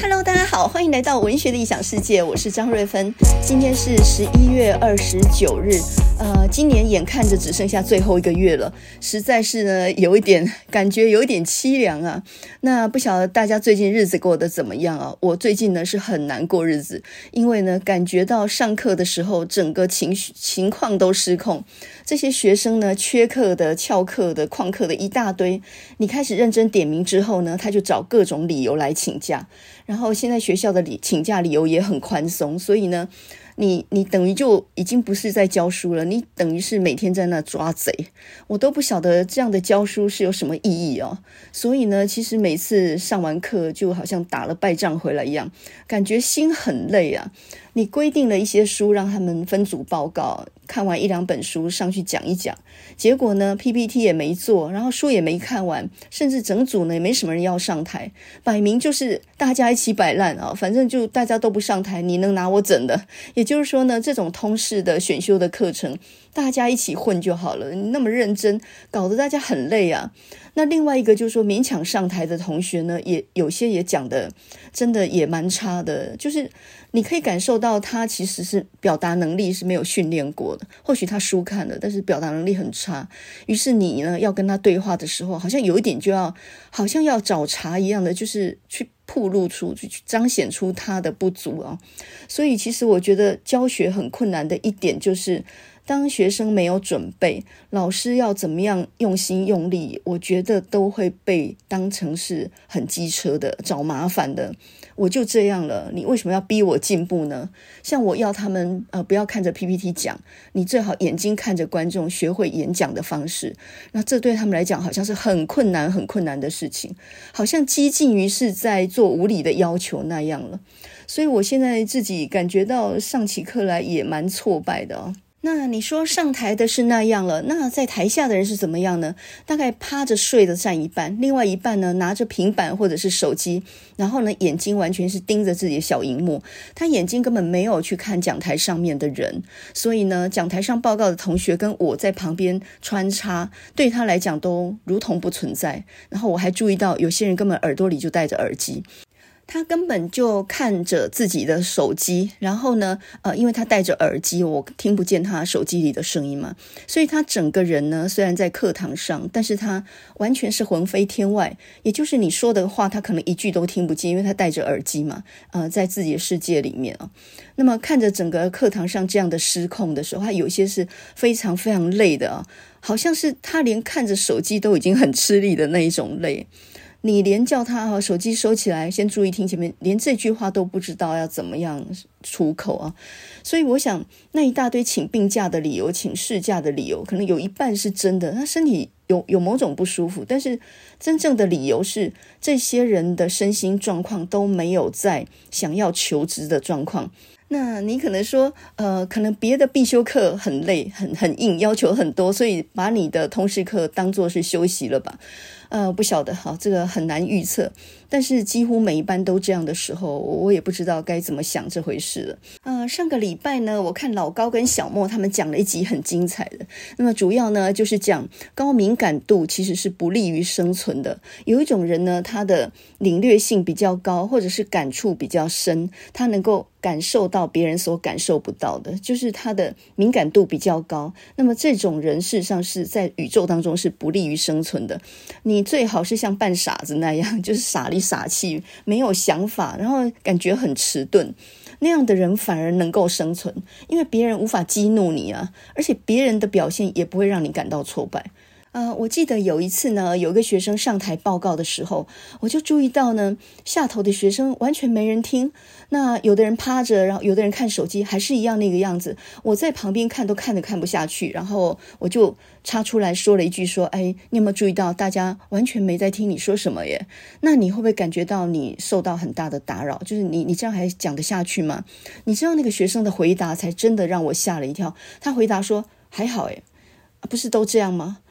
Hello， 大家好，欢迎来到文学的异想世界，我是张瑞芬。今天是11月29日，今年眼看着只剩下最后一个月了，实在是呢感觉有一点凄凉啊。那不晓得大家最近日子过得怎么样啊？我最近呢是很难过日子，因为呢感觉到上课的时候整个情况都失控。这些学生呢缺课的、翘课的、旷课的一大堆，你开始认真点名之后呢，他就找各种理由来请假。然后现在学校的请假理由也很宽松，所以呢你等于就已经不是在教书了，你等于是每天在那抓贼。我都不晓得这样的教书是有什么意义哦。所以呢其实每次上完课就好像打了败仗回来一样，感觉心很累啊。你规定了一些书让他们分组报告，看完1-2本书上去讲一讲，结果呢 PPT 也没做，然后书也没看完，甚至整组呢也没什么人要上台，摆明就是大家一起摆烂啊，反正就大家都不上台，你能拿我整的。也就是说呢，这种通识的选修的课程大家一起混就好了，你那么认真搞得大家很累啊。那另外一个就是说勉强上台的同学呢，也有些也讲的真的也蛮差的，就是你可以感受到他其实是表达能力是没有训练过的，或许他书看了，但是表达能力很差。于是你呢要跟他对话的时候，好像有一点好像要找茬一样的，就是去暴露出去彰显出他的不足啊。所以其实我觉得教学很困难的一点就是当学生没有准备，老师要怎么样用心用力，我觉得都会被当成是很机车的、找麻烦的。我就这样了，你为什么要逼我进步呢？像我要他们不要看着 PPT 讲，你最好眼睛看着观众，学会演讲的方式。那这对他们来讲好像是很困难的事情，好像接近于是在做无理的要求那样了。所以我现在自己感觉到上起课来也蛮挫败的哦。那你说上台的是那样了，那在台下的人是怎么样呢？大概趴着睡的占一半，另外一半呢拿着平板或者是手机，然后呢眼睛完全是盯着自己的小荧幕，他眼睛根本没有去看讲台上面的人。所以呢讲台上报告的同学跟我在旁边穿插，对他来讲都如同不存在。然后我还注意到有些人根本耳朵里就戴着耳机，他根本就看着自己的手机，然后呢因为他戴着耳机，我听不见他手机里的声音嘛，所以他整个人呢虽然在课堂上，但是他完全是魂飞天外，也就是你说的话他可能一句都听不见，因为他戴着耳机嘛，在自己的世界里面啊。那么看着整个课堂上这样的失控的时候，他有些是非常非常累的啊，好像是他连看着手机都已经很吃力的那一种累。你连叫他手机收起来，先注意听前面，连这句话都不知道要怎么样出口啊。所以我想那一大堆请病假的理由、请事假的理由，可能有一半是真的，他身体有某种不舒服，但是真正的理由是这些人的身心状况都没有在想要求职的状况。那你可能说可能别的必修课很累很硬，要求很多，所以把你的通识课当作是休息了吧。不晓得，好，这个很难预测，但是几乎每一班都这样的时候，我也不知道该怎么想这回事了。上个礼拜呢，我看老高跟小莫他们讲了一集很精彩的，那么主要呢就是讲高敏感度其实是不利于生存的。有一种人呢，他的领略性比较高，或者是感触比较深，他能够感受到别人所感受不到的，就是他的敏感度比较高。那么这种人事实上是在宇宙当中是不利于生存的。你最好是像扮傻子那样，就是傻里傻气，没有想法，然后感觉很迟钝，那样的人反而能够生存，因为别人无法激怒你啊，而且别人的表现也不会让你感到挫败。我记得有一次呢，有一个学生上台报告的时候，我就注意到呢，下头的学生完全没人听，那有的人趴着，然后有的人看手机，还是一样那个样子。我在旁边看都看不下去，然后我就插出来说了一句说，你有没有注意到大家完全没在听你说什么耶？那你会不会感觉到你受到很大的打扰？就是你这样还讲得下去吗？你知道那个学生的回答才真的让我吓了一跳，他回答说还好不是都这样吗？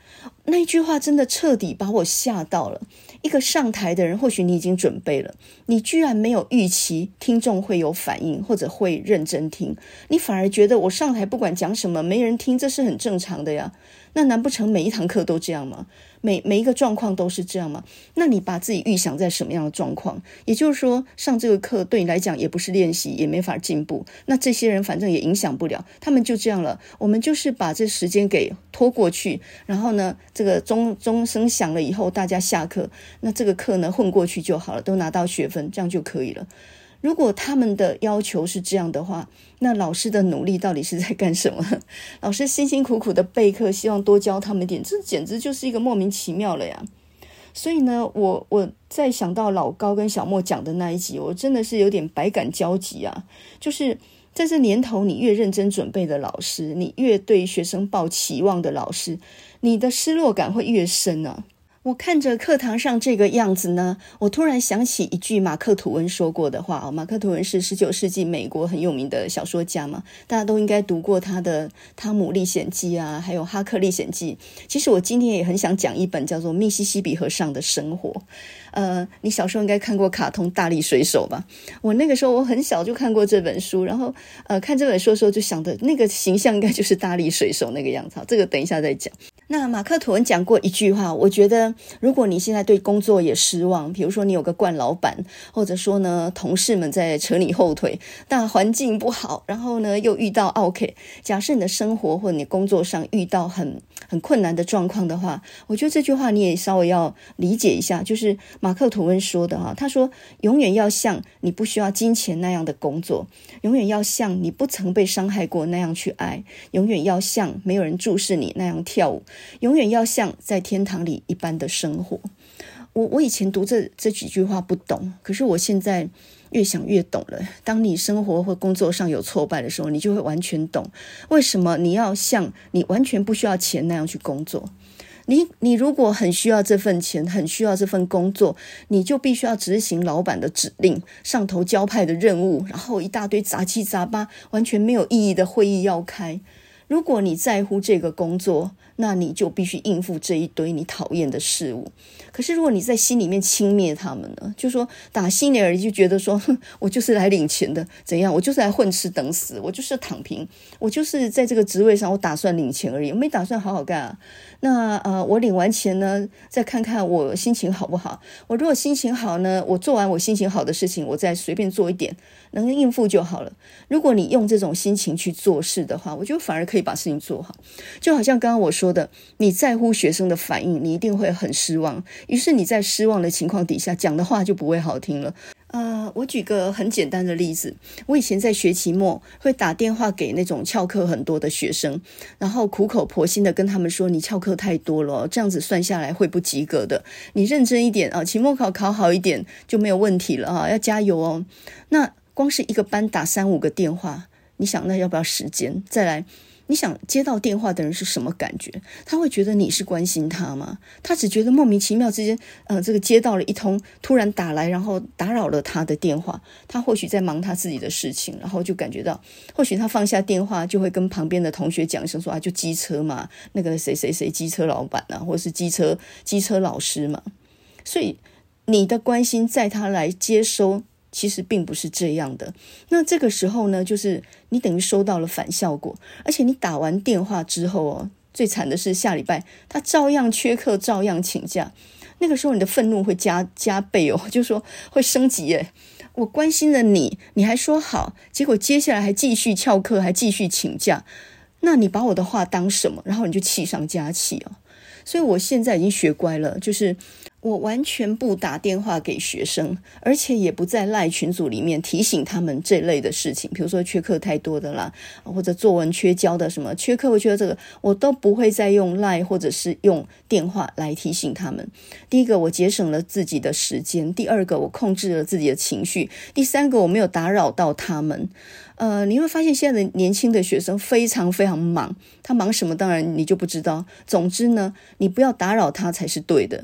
那一句话真的彻底把我吓到了。一个上台的人，或许你已经准备了，你居然没有预期听众会有反应或者会认真听，你反而觉得我上台不管讲什么没人听，这是很正常的呀。那难不成每一堂课都这样吗？每一个状况都是这样吗？那你把自己预想在什么样的状况？也就是说，上这个课对你来讲也不是练习，也没法进步。那这些人反正也影响不了，他们就这样了。我们就是把这时间给拖过去，然后呢，这个钟声响了以后，大家下课，那这个课呢混过去就好了，都拿到学分，这样就可以了。如果他们的要求是这样的话，那老师的努力到底是在干什么？老师辛辛苦苦的备课，希望多教他们一点，这简直就是一个莫名其妙了呀。所以呢，我在想到老高跟小莫讲的那一集，我真的是有点百感交集啊。就是在这年头，你越认真准备的老师，你越对学生抱期望的老师，你的失落感会越深啊。我看着课堂上这个样子呢，我突然想起一句马克·吐温说过的话。马克·吐温是19世纪美国很有名的小说家嘛，大家都应该读过他的《汤姆历险记》啊，还有《哈克历险记》。其实我今天也很想讲一本叫做《密西西比河上的生活》。你小时候应该看过卡通《大力水手》吧？我那个时候我很小就看过这本书，然后看这本书的时候就想的那个形象应该就是大力水手那个样子。这个等一下再讲。那马克·吐温讲过一句话，我觉得如果你现在对工作也失望，比如说你有个惯老板，或者说呢同事们在扯你后腿，大环境不好，然后呢又遇到 OK， 假设你的生活或者你工作上遇到很困难的状况的话，我觉得这句话你也稍微要理解一下，就是马克·吐温说的哈，他说永远要像你不需要金钱那样的工作，永远要像你不曾被伤害过那样去爱，永远要像没有人注视你那样跳舞，永远要像在天堂里一般的生活。我以前读这几句话不懂，可是我现在越想越懂了。当你生活或工作上有挫败的时候，你就会完全懂为什么你要像你完全不需要钱那样去工作。你如果很需要这份钱，很需要这份工作，你就必须要执行老板的指令，上头交派的任务，然后一大堆杂七杂八完全没有意义的会议要开。如果你在乎这个工作，那你就必须应付这一堆你讨厌的事物。可是如果你在心里面轻蔑他们呢，就说打心里而已就觉得说，我就是来领钱的，怎样，我就是来混吃等死，我就是躺平，我就是在这个职位上我打算领钱而已，我没打算好好干啊。那我领完钱呢，再看看我心情好不好。我如果心情好呢，我做完我心情好的事情，我再随便做一点，能应付就好了。如果你用这种心情去做事的话，我觉得反而可以把事情做好。就好像刚刚我说的，你在乎学生的反应，你一定会很失望，于是你在失望的情况底下讲的话就不会好听了。我举个很简单的例子，我以前在学期末会打电话给那种翘课很多的学生，然后苦口婆心的跟他们说，你翘课太多了，这样子算下来会不及格的，你认真一点啊，期末考好一点就没有问题了啊，要加油哦。那光是一个班打3-5个电话，你想那要不要时间？再来，你想接到电话的人是什么感觉？他会觉得你是关心他吗？他只觉得莫名其妙之间，这个接到了一通突然打来，然后打扰了他的电话，他或许在忙他自己的事情，然后就感觉到，或许他放下电话就会跟旁边的同学讲一声说，就机车嘛，那个谁谁谁机车老板啊，或是机车老师嘛。所以你的关心在他来接收其实并不是这样的。那这个时候呢，就是你等于收到了反效果，而且你打完电话之后最惨的是下礼拜他照样缺课，照样请假。那个时候你的愤怒会加倍就是说会升级耶。我关心了你，你还说好，结果接下来还继续翘课，还继续请假，那你把我的话当什么？然后你就气上加气所以我现在已经学乖了，就是我完全不打电话给学生，而且也不在LINE群组里面提醒他们这类的事情，比如说缺课太多的啦，或者作文缺交的什么缺课缺这个，我都不会再用LINE或者是用电话来提醒他们。第一个，我节省了自己的时间；第二个，我控制了自己的情绪；第三个，我没有打扰到他们。你会发现现在的年轻的学生非常非常忙，他忙什么当然你就不知道。总之呢，你不要打扰他才是对的。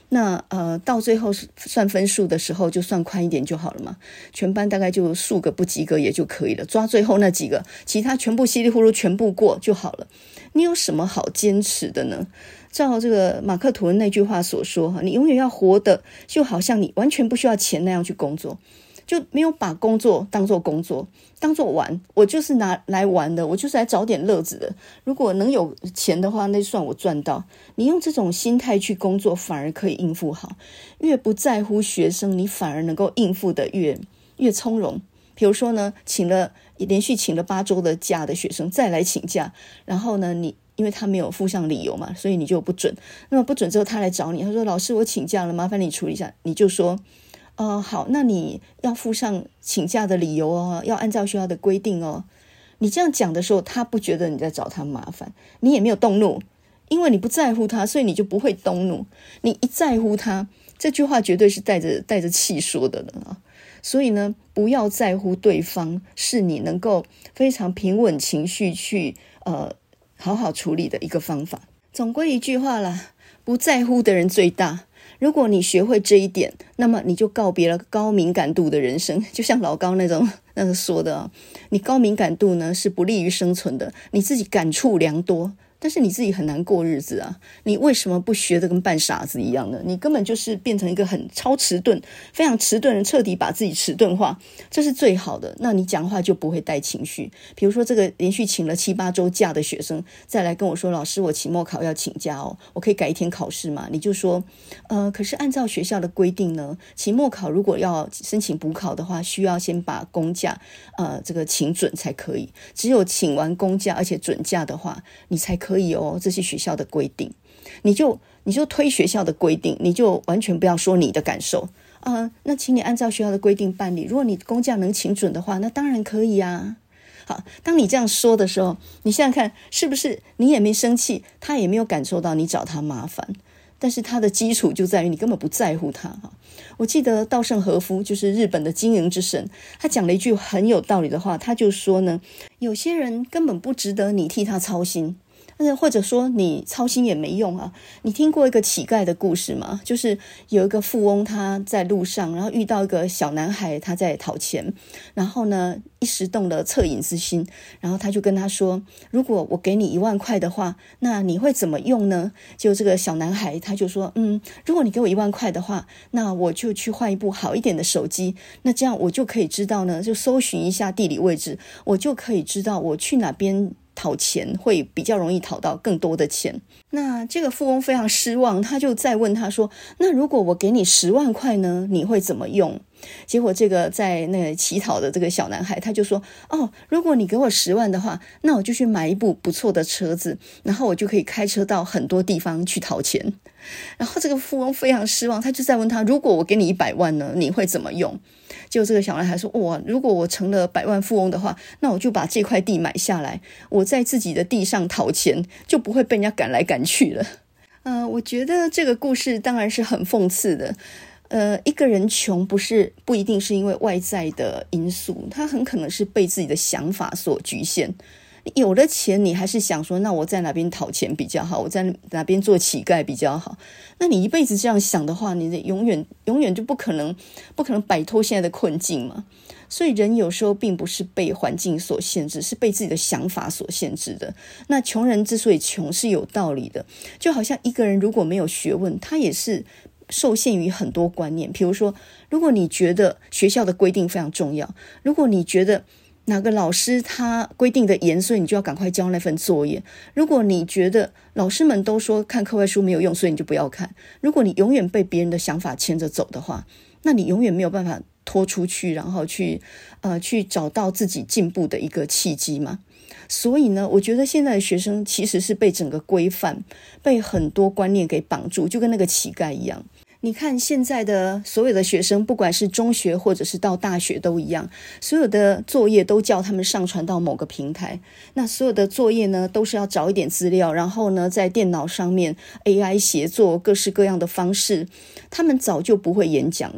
那到最后算分数的时候就算宽一点就好了嘛，全班大概就数个不及格也就可以了，抓最后那几个，其他全部稀里糊涂全部过就好了。你有什么好坚持的呢？照这个马克吐温那句话所说，你永远要活得就好像你完全不需要钱那样去工作，就没有把工作当作工作，当作玩，我就是拿来玩的，我就是来找点乐子的，如果能有钱的话，那就算我赚到。你用这种心态去工作，反而可以应付好，越不在乎学生，你反而能够应付的越从容。比如说呢，连续请了8周的假的学生再来请假，然后呢，因为他没有附上理由嘛，所以你就不准。那么不准之后，他来找你，他说：“老师，我请假了，麻烦你处理一下。”你就说：“好，那你要附上请假的理由哦，要按照学校的规定哦。”你这样讲的时候，他不觉得你在找他麻烦，你也没有动怒，因为你不在乎他，所以你就不会动怒。你一在乎他，这句话绝对是带着气说的了。所以呢，不要在乎对方，是你能够非常平稳情绪去好好处理的一个方法。总归一句话啦，不在乎的人最大。如果你学会这一点，那么你就告别了高敏感度的人生。就像老高那个说的你高敏感度呢是不利于生存的，你自己感触良多，但是你自己很难过日子啊！你为什么不学得跟扮傻子一样呢？你根本就是变成一个很超迟钝、非常迟钝的人，彻底把自己迟钝化，这是最好的。那你讲话就不会带情绪。比如说这个连续请了7、8周假的学生，再来跟我说：“老师，我期末考要请假哦，我可以改一天考试吗？”你就说：“可是按照学校的规定呢，期末考如果要申请补考的话，需要先把公假这个请准才可以。只有请完公假而且准假的话，你才可以哦，这是学校的规定。”你就推学校的规定，你就完全不要说你的感受那请你按照学校的规定办理，如果你公假能请准的话，那当然可以啊。好，当你这样说的时候，你想想看，是不是你也没生气，他也没有感受到你找他麻烦，但是他的基础就在于你根本不在乎他。我记得稻盛和夫就是日本的经营之神，他讲了一句很有道理的话，他就说呢，有些人根本不值得你替他操心，或者说你操心也没用啊。你听过一个乞丐的故事吗？就是有一个富翁，他在路上，然后遇到一个小男孩，他在讨钱，然后呢一时动了恻隐之心，然后他就跟他说：“如果我给你1万块的话，那你会怎么用呢？”就这个小男孩他就说：“如果你给我1万块的话，那我就去换一部好一点的手机，那这样我就可以知道呢，就搜寻一下地理位置，我就可以知道我去哪边讨钱会比较容易讨到更多的钱。”那这个富翁非常失望，他就再问他说：“那如果我给你10万块呢，你会怎么用？”结果这个在那个乞讨的这个小男孩他就说：“如果你给我10万的话，那我就去买一部不错的车子，然后我就可以开车到很多地方去讨钱。”然后这个富翁非常失望，他就再问他：“如果我给你100万呢，你会怎么用？”就这个小男孩说：“哇，如果我成了100万富翁的话，那我就把这块地买下来，我在自己的地上讨钱，就不会被人家赶来赶去了。”我觉得这个故事当然是很讽刺的。一个人穷不一定是因为外在的因素，他很可能是被自己的想法所局限。有了钱，你还是想说，那我在哪边讨钱比较好，我在哪边做乞丐比较好。那你一辈子这样想的话，你永远就不可能摆脱现在的困境嘛。所以人有时候并不是被环境所限制，是被自己的想法所限制的。那穷人之所以穷是有道理的，就好像一个人如果没有学问，他也是受限于很多观念。比如说，如果你觉得学校的规定非常重要，如果你觉得哪个老师他规定的严，所以你就要赶快交那份作业，如果你觉得老师们都说看课外书没有用，所以你就不要看，如果你永远被别人的想法牵着走的话，那你永远没有办法拖出去，然后去找到自己进步的一个契机嘛。所以呢，我觉得现在的学生其实是被整个规范，被很多观念给绑住，就跟那个乞丐一样。你看现在的所有的学生，不管是中学或者是到大学都一样，所有的作业都叫他们上传到某个平台。那所有的作业呢，都是要找一点资料，然后呢，在电脑上面 AI 协作各式各样的方式。他们早就不会演讲了，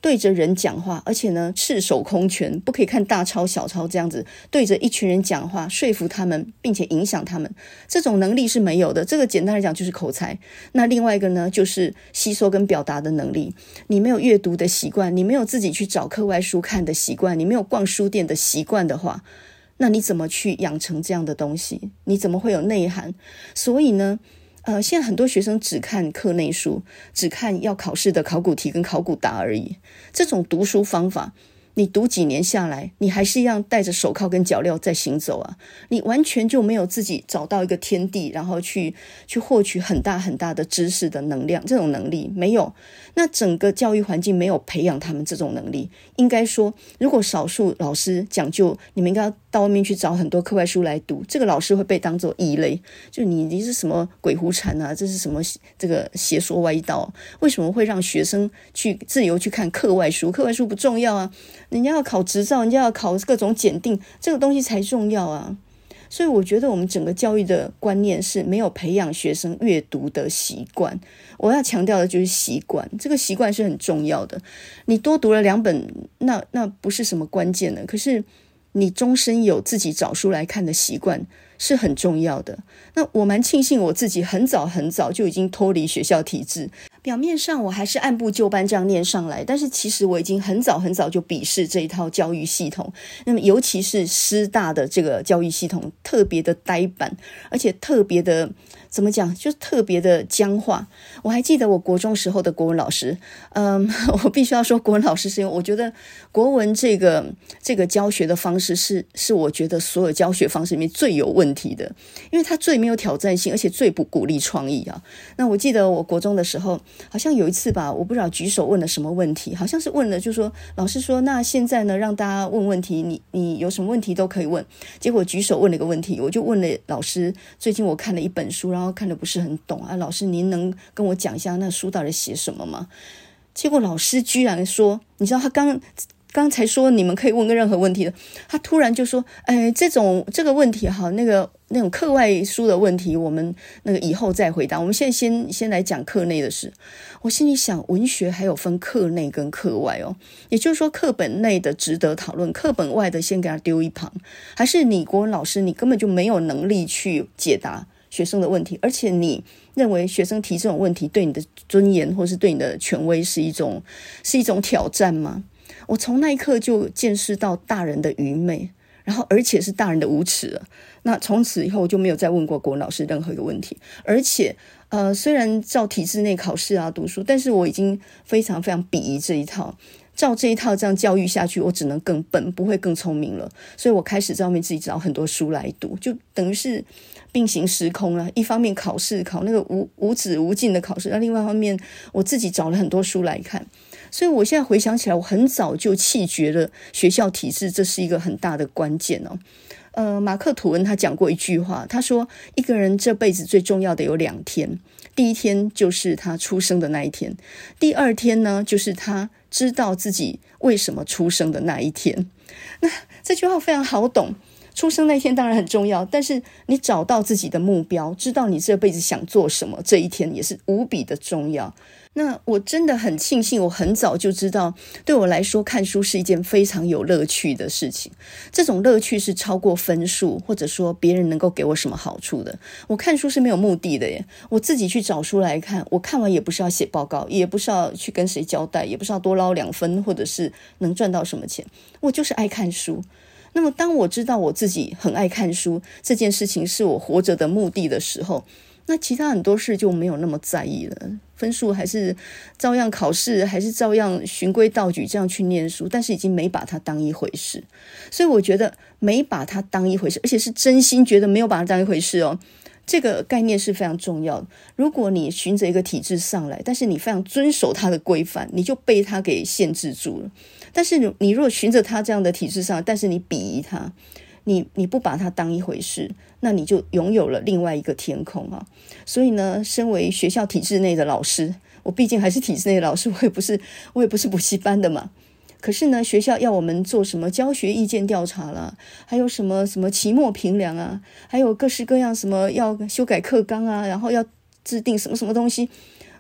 对着人讲话，而且呢赤手空拳，不可以看大抄小抄这样子对着一群人讲话，说服他们并且影响他们，这种能力是没有的。这个简单来讲就是口才。那另外一个呢，就是吸收跟表达的能力。你没有阅读的习惯，你没有自己去找课外书看的习惯，你没有逛书店的习惯的话，那你怎么去养成这样的东西？你怎么会有内涵？所以呢现在很多学生只看课内书，只看要考试的考古题跟考古答而已。这种读书方法，你读几年下来，你还是一样戴着手铐跟脚镣在行走啊，你完全就没有自己找到一个天地，然后去获取很大很大的知识的能量，这种能力没有。那整个教育环境没有培养他们这种能力。应该说，如果少数老师讲究你们应该要到外面去找很多课外书来读，这个老师会被当作异类，就你是什么鬼胡缠啊，这是什么这个邪说歪道？为什么会让学生去自由去看课外书？课外书不重要啊，人家要考执照，人家要考各种检定，这个东西才重要啊。所以我觉得我们整个教育的观念是没有培养学生阅读的习惯。我要强调的就是习惯，这个习惯是很重要的。你多读了2本，那不是什么关键的，可是你终身有自己找书来看的习惯是很重要的。那我蛮庆幸我自己很早很早就已经脱离学校体制，表面上我还是按部就班这样念上来，但是其实我已经很早很早就鄙视这一套教育系统。那么尤其是师大的这个教育系统特别的呆板，而且特别的怎么讲，就是特别的僵化。我还记得我国中时候的国文老师，我必须要说国文老师是因为我觉得国文这个教学的方式是我觉得所有教学方式里面最有问题的，因为它最没有挑战性，而且最不鼓励创意啊。那我记得我国中的时候，好像有一次吧，我不知道举手问了什么问题，好像是问了，就说老师说那现在呢让大家问问题，你有什么问题都可以问。结果举手问了一个问题，我就问了老师，最近我看了一本书，然后看得不是很懂啊，老师您能跟我讲一下那书到底写什么吗？结果老师居然说，你知道他刚才说你们可以问个任何问题的，他突然就说这个问题哈，那种课外书的问题我们那个以后再回答，我们现在先来讲课内的事。我心里想，文学还有分课内跟课外哦，也就是说课本内的值得讨论，课本外的先给他丢一旁。还是你国文老师你根本就没有能力去解答学生的问题，而且你认为学生提这种问题对你的尊严或是对你的权威是一种挑战吗？我从那一刻就见识到大人的愚昧，然后而且是大人的无耻了。那从此以后我就没有再问过国文老师任何一个问题，而且虽然照体制内考试啊读书，但是我已经非常非常鄙夷这一套。照这一套这样教育下去，我只能更笨，不会更聪明了。所以我开始在外面自己找很多书来读，就等于是并行时空了。一方面考试考那个无止无尽的考试，那另外一方面我自己找了很多书来看。所以我现在回想起来，我很早就弃绝了学校体制，这是一个很大的关键哦。马克吐温他讲过一句话，他说一个人这辈子最重要的有2天，第一天就是他出生的那一天，第二天呢就是他知道自己为什么出生的那一天。那这句话非常好懂，出生那一天当然很重要，但是你找到自己的目标，知道你这辈子想做什么，这一天也是无比的重要。那我真的很庆幸，我很早就知道，对我来说看书是一件非常有乐趣的事情。这种乐趣是超过分数，或者说别人能够给我什么好处的。我看书是没有目的的耶，我自己去找书来看，我看完也不是要写报告，也不是要去跟谁交代，也不是要多捞2分，或者是能赚到什么钱，我就是爱看书。那么当我知道我自己很爱看书，这件事情是我活着的目的的时候，那其他很多事就没有那么在意了，分数还是照样考试，还是照样循规蹈矩这样去念书，但是已经没把它当一回事。所以我觉得没把它当一回事，而且是真心觉得没有把它当一回事哦，这个概念是非常重要的。如果你循着一个体制上来，但是你非常遵守它的规范，你就被它给限制住了。但是你如果循着它这样的体制上，但是你鄙夷它，你不把它当一回事，那你就拥有了另外一个天空啊。所以呢，身为学校体制内的老师，我毕竟还是体制内的老师，我也不是补习班的嘛。可是呢，学校要我们做什么教学意见调查啦，还有什么期末评量啊，还有各式各样什么要修改课纲啊，然后要制定什么东西，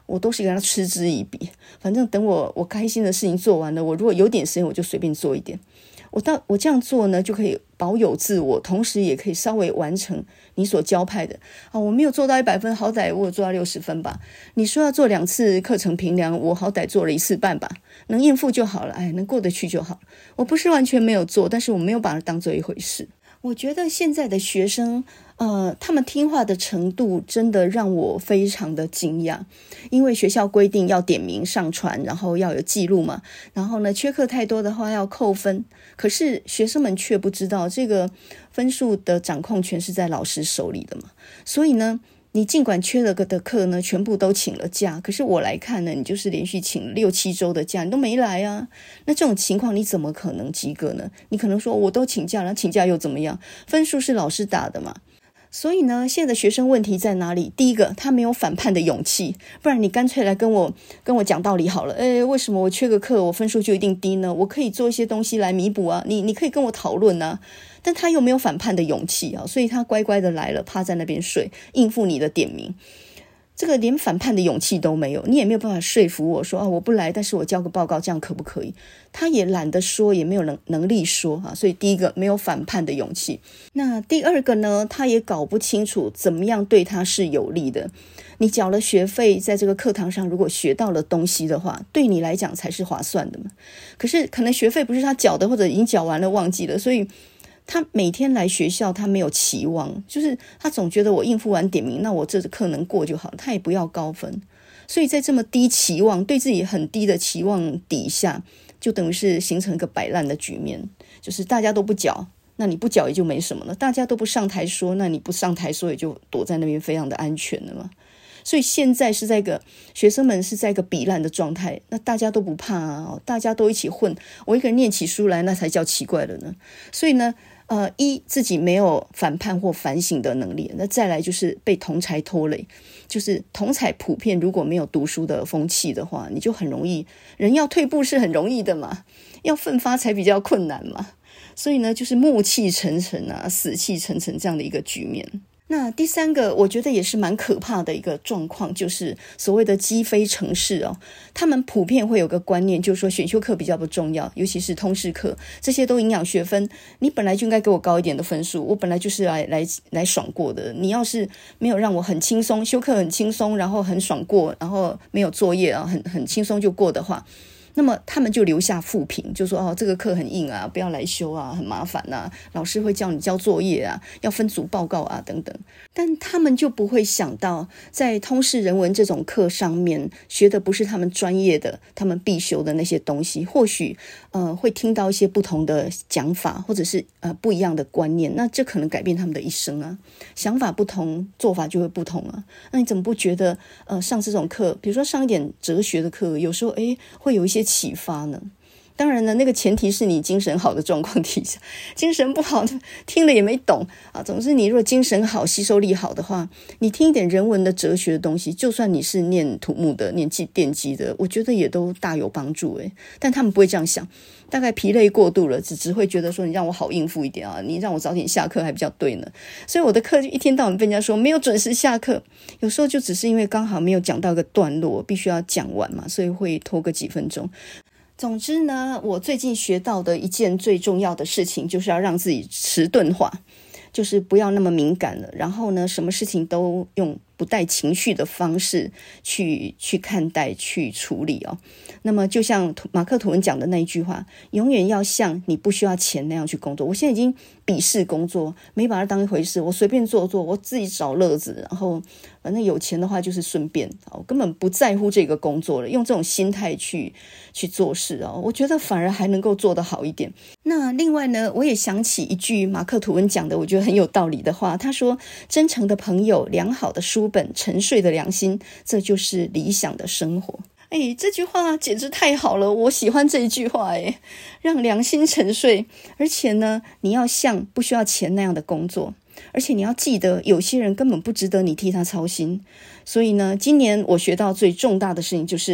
我都是跟他嗤之以鼻。反正等我开心的事情做完了，我如果有点时间，我就随便做一点。我这样做呢，就可以保有自我，同时也可以稍微完成你所交派的我没有做到100分，好歹我有做到60分吧。你说要做2次课程评量，我好歹做了1次半吧，能应付就好了，能过得去就好了。我不是完全没有做，但是我没有把它当做一回事。我觉得现在的学生他们听话的程度真的让我非常的惊讶。因为学校规定要点名上传，然后要有记录嘛，然后呢缺课太多的话要扣分，可是学生们却不知道这个分数的掌控权是在老师手里的嘛。所以呢你尽管缺了个的课呢全部都请了假，可是我来看呢，你就是连续请6-7周的假，你都没来啊。那这种情况你怎么可能及格呢？你可能说我都请假了，请假又怎么样？分数是老师打的嘛。所以呢现在的学生问题在哪里？第一个，他没有反叛的勇气，不然你干脆来跟我讲道理好了。为什么我缺个课我分数就一定低呢？我可以做一些东西来弥补啊，你可以跟我讨论啊。但他又没有反叛的勇气所以他乖乖的来了，趴在那边睡，应付你的点名。这个连反叛的勇气都没有，你也没有办法说服我说我不来，但是我交个报告，这样可不可以？他也懒得说，也没有能力说所以第一个没有反叛的勇气。那第二个呢，他也搞不清楚怎么样对他是有利的。你缴了学费，在这个课堂上如果学到了东西的话，对你来讲才是划算的嘛。可是可能学费不是他缴的，或者已经缴完了忘记了，所以他每天来学校他没有期望，就是他总觉得我应付完点名，那我这课能过就好了，他也不要高分。所以在这么低期望，对自己很低的期望底下，就等于是形成一个摆烂的局面，就是大家都不缴，那你不缴也就没什么了，大家都不上台说，那你不上台说也就躲在那边非常的安全了嘛。所以现在是在一个学生们是在一个比烂的状态，那大家都不怕大家都一起混，我一个人念起书来那才叫奇怪了呢。所以呢自己没有反叛或反省的能力，那再来就是被同侪拖累，就是同侪普遍如果没有读书的风气的话，你就很容易，人要退步是很容易的嘛，要奋发才比较困难嘛。所以呢就是暮气沉沉死气沉沉这样的一个局面。那第三个我觉得也是蛮可怕的一个状况，就是所谓的积非成是他们普遍会有个观念，就是说选修课比较不重要，尤其是通识课，这些都营养学分，你本来就应该给我高一点的分数，我本来就是来爽过的，你要是没有让我很轻松，修课很轻松，然后很爽过，然后没有作业很轻松就过的话，那么他们就留下负评，就说这个课很硬不要来修很麻烦老师会叫你交作业要分组报告等等。但他们就不会想到，在通识人文这种课上面学的不是他们专业的，他们必修的那些东西，或许会听到一些不同的讲法，或者是不一样的观念，那这可能改变他们的一生想法不同，做法就会不同那你怎么不觉得上这种课，比如说上一点哲学的课，有时候会有一些启发呢？当然呢，那个前提是你精神好的状况底下，精神不好听了也没懂总之你如果精神好，吸收力好的话，你听一点人文的哲学的东西，就算你是念土木的，念电机的，我觉得也都大有帮助但他们不会这样想，大概疲累过度了，只会觉得说你让我好应付一点你让我早点下课还比较对呢。所以我的课就一天到晚被人家说没有准时下课，有时候就只是因为刚好没有讲到一个段落，必须要讲完嘛，所以会拖个几分钟。总之呢，我最近学到的一件最重要的事情，就是要让自己迟钝化，就是不要那么敏感了，然后呢，什么事情都用不带情绪的方式去看待，去处理那么就像马克吐温讲的那一句话，永远要像你不需要钱那样去工作。我现在已经鄙视工作，没把它当一回事，我随便做，我自己找乐子，然后反正有钱的话就是顺便，我根本不在乎这个工作了，用这种心态去做事我觉得反而还能够做得好一点。那另外呢，我也想起一句马克吐温讲的我觉得很有道理的话，他说真诚的朋友，良好的书本，沉睡的良心，这就是理想的生活。这句话简直太好了，我喜欢这一句话让良心沉睡，而且呢，你要像不需要钱那样的工作，而且你要记得有些人根本不值得你替他操心。所以呢，今年我学到最重大的事情就是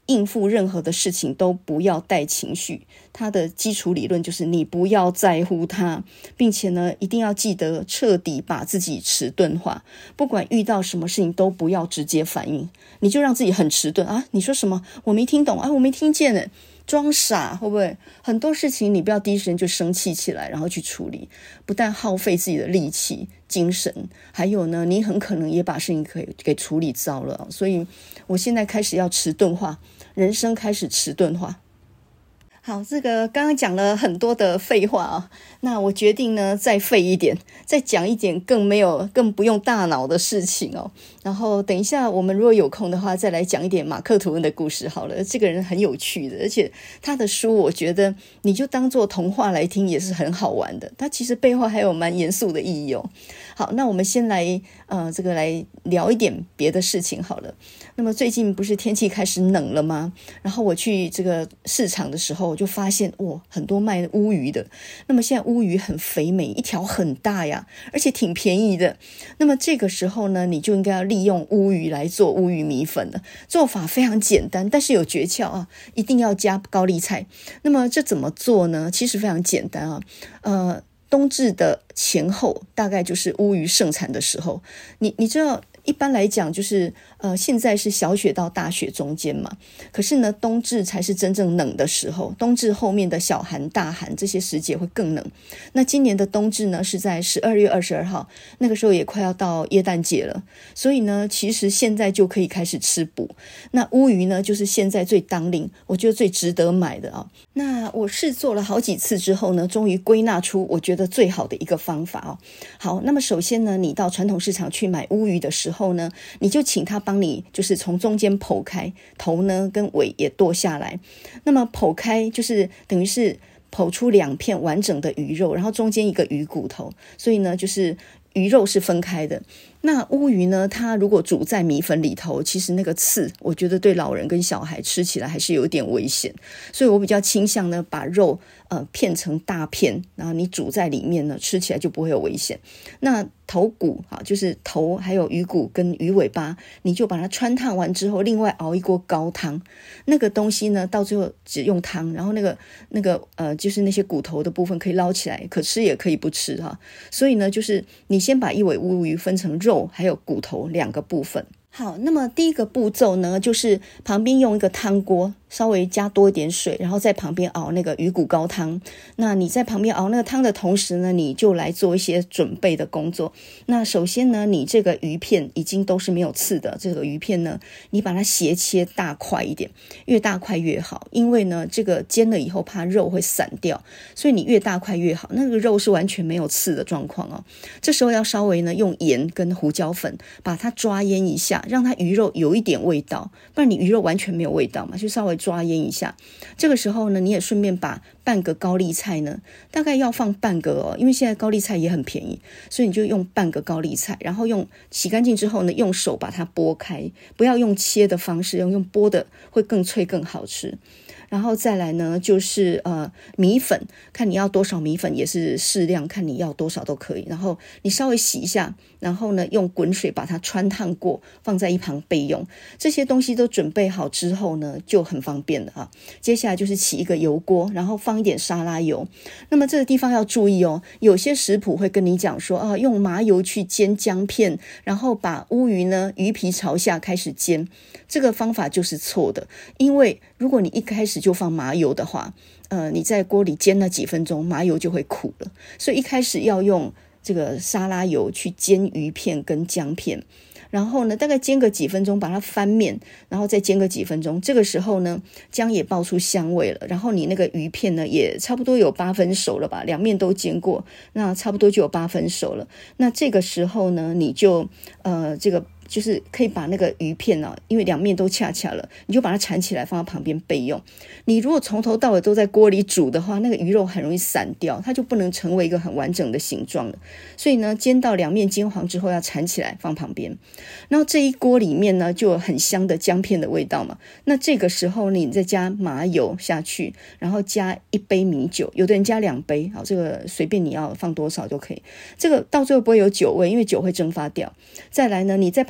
应付任何的事情都不要带情绪，它的基础理论就是你不要在乎它，并且呢一定要记得彻底把自己迟钝化，不管遇到什么事情都不要直接反应，你就让自己很迟钝啊，你说什么我没听懂啊，我没听见呢，装傻会不会？很多事情你不要第一时间就生气起来然后去处理，不但耗费自己的力气精神，还有呢你很可能也把事情给处理糟了。所以我现在开始要迟钝化，人生开始迟钝化。好，这个刚刚讲了很多的废话啊，那我决定呢再废一点，再讲一点更不用大脑的事情哦。然后等一下我们如果有空的话，再来讲一点马克吐温的故事好了。这个人很有趣的，而且他的书我觉得你就当做童话来听也是很好玩的，他其实背后还有蛮严肃的意义哦。好，那我们先来来聊一点别的事情好了。那么最近不是天气开始冷了吗？然后我去这个市场的时候，我就发现很多卖乌鱼的。那么现在乌鱼很肥美，一条很大呀，而且挺便宜的。那么这个时候呢，你就应该要利用乌鱼来做乌鱼米粉了。做法非常简单，但是有诀窍啊，一定要加高丽菜。那么这怎么做呢？其实非常简单啊，冬至的前后大概就是乌鱼盛产的时候，你知道一般来讲就是现在是小雪到大雪中间嘛，可是呢冬至才是真正冷的时候，冬至后面的小寒大寒这些时节会更冷。那今年的冬至呢是在12月22号，那个时候也快要到耶诞节了，所以呢其实现在就可以开始吃补。那乌鱼呢就是现在最当令，我觉得最值得买的啊。那我试做了好几次之后呢，终于归纳出我觉得最好的一个方法哦。好，那么首先呢，你到传统市场去买乌鱼的时候呢，你就请他帮你就是从中间剖开，头呢跟尾也剁下来。那么剖开就是等于是剖出2片完整的鱼肉，然后中间一个鱼骨头，所以呢就是鱼肉是分开的。那乌鱼呢，它如果煮在米粉里头，其实那个刺我觉得对老人跟小孩吃起来还是有点危险，所以我比较倾向呢把肉片成大片，然后你煮在里面呢，吃起来就不会有危险。那头骨就是头还有鱼骨跟鱼尾巴，你就把它汆烫完之后，另外熬一锅高汤。那个东西呢，到最后只用汤，然后那个就是那些骨头的部分可以捞起来，可吃也可以不吃哈。所以呢，就是你先把一尾乌鱼分成肉还有骨头2个部分。好，那么第一个步骤呢，就是旁边用一个汤锅稍微加多一点水，然后在旁边熬那个鱼骨高汤。那你在旁边熬那个汤的同时呢，你就来做一些准备的工作。那首先呢，你这个鱼片已经都是没有刺的，这个鱼片呢，你把它斜切大块一点，越大块越好，因为呢这个煎了以后怕肉会散掉，所以你越大块越好。那个肉是完全没有刺的状况哦。这时候要稍微呢用盐跟胡椒粉把它抓腌一下，让它鱼肉有一点味道，不然你鱼肉完全没有味道嘛，就稍微抓腌一下。这个时候呢，你也顺便把半个高丽菜呢，大概要放半个哦，因为现在高丽菜也很便宜，所以你就用半个高丽菜，然后用洗干净之后呢，用手把它剥开，不要用切的方式，用剥的会更脆更好吃。然后再来呢，就是米粉，看你要多少米粉也是适量，看你要多少都可以。然后你稍微洗一下，然后呢用滚水把它汆烫过，放在一旁备用。这些东西都准备好之后呢，就很方便了啊。接下来就是起一个油锅，然后放一点沙拉油。那么这个地方要注意哦，有些食谱会跟你讲说用麻油去煎姜片，然后把乌鱼呢鱼皮朝下开始煎，这个方法就是错的。因为如果你一开始就放麻油的话，你在锅里煎了几分钟，麻油就会苦了。所以一开始要用这个沙拉油去煎鱼片跟姜片，然后呢大概煎个几分钟，把它翻面，然后再煎个几分钟。这个时候呢姜也爆出香味了，然后你那个鱼片呢也差不多有8分熟了吧，2面都煎过，那差不多就有8分熟了。那这个时候呢你就这个就是可以把那个鱼片因为2面都恰恰了，你就把它缠起来放在旁边备用。你如果从头到尾都在锅里煮的话，那个鱼肉很容易散掉，它就不能成为一个很完整的形状了。所以呢煎到2面金黄之后要缠起来放旁边。然后这一锅里面呢就有很香的姜片的味道嘛，那这个时候你再加麻油下去，然后加1杯米酒，有的人加2杯，好，这个随便你要放多少就可以。这个到最后不会有酒味，因为酒会蒸发掉。再来呢，你在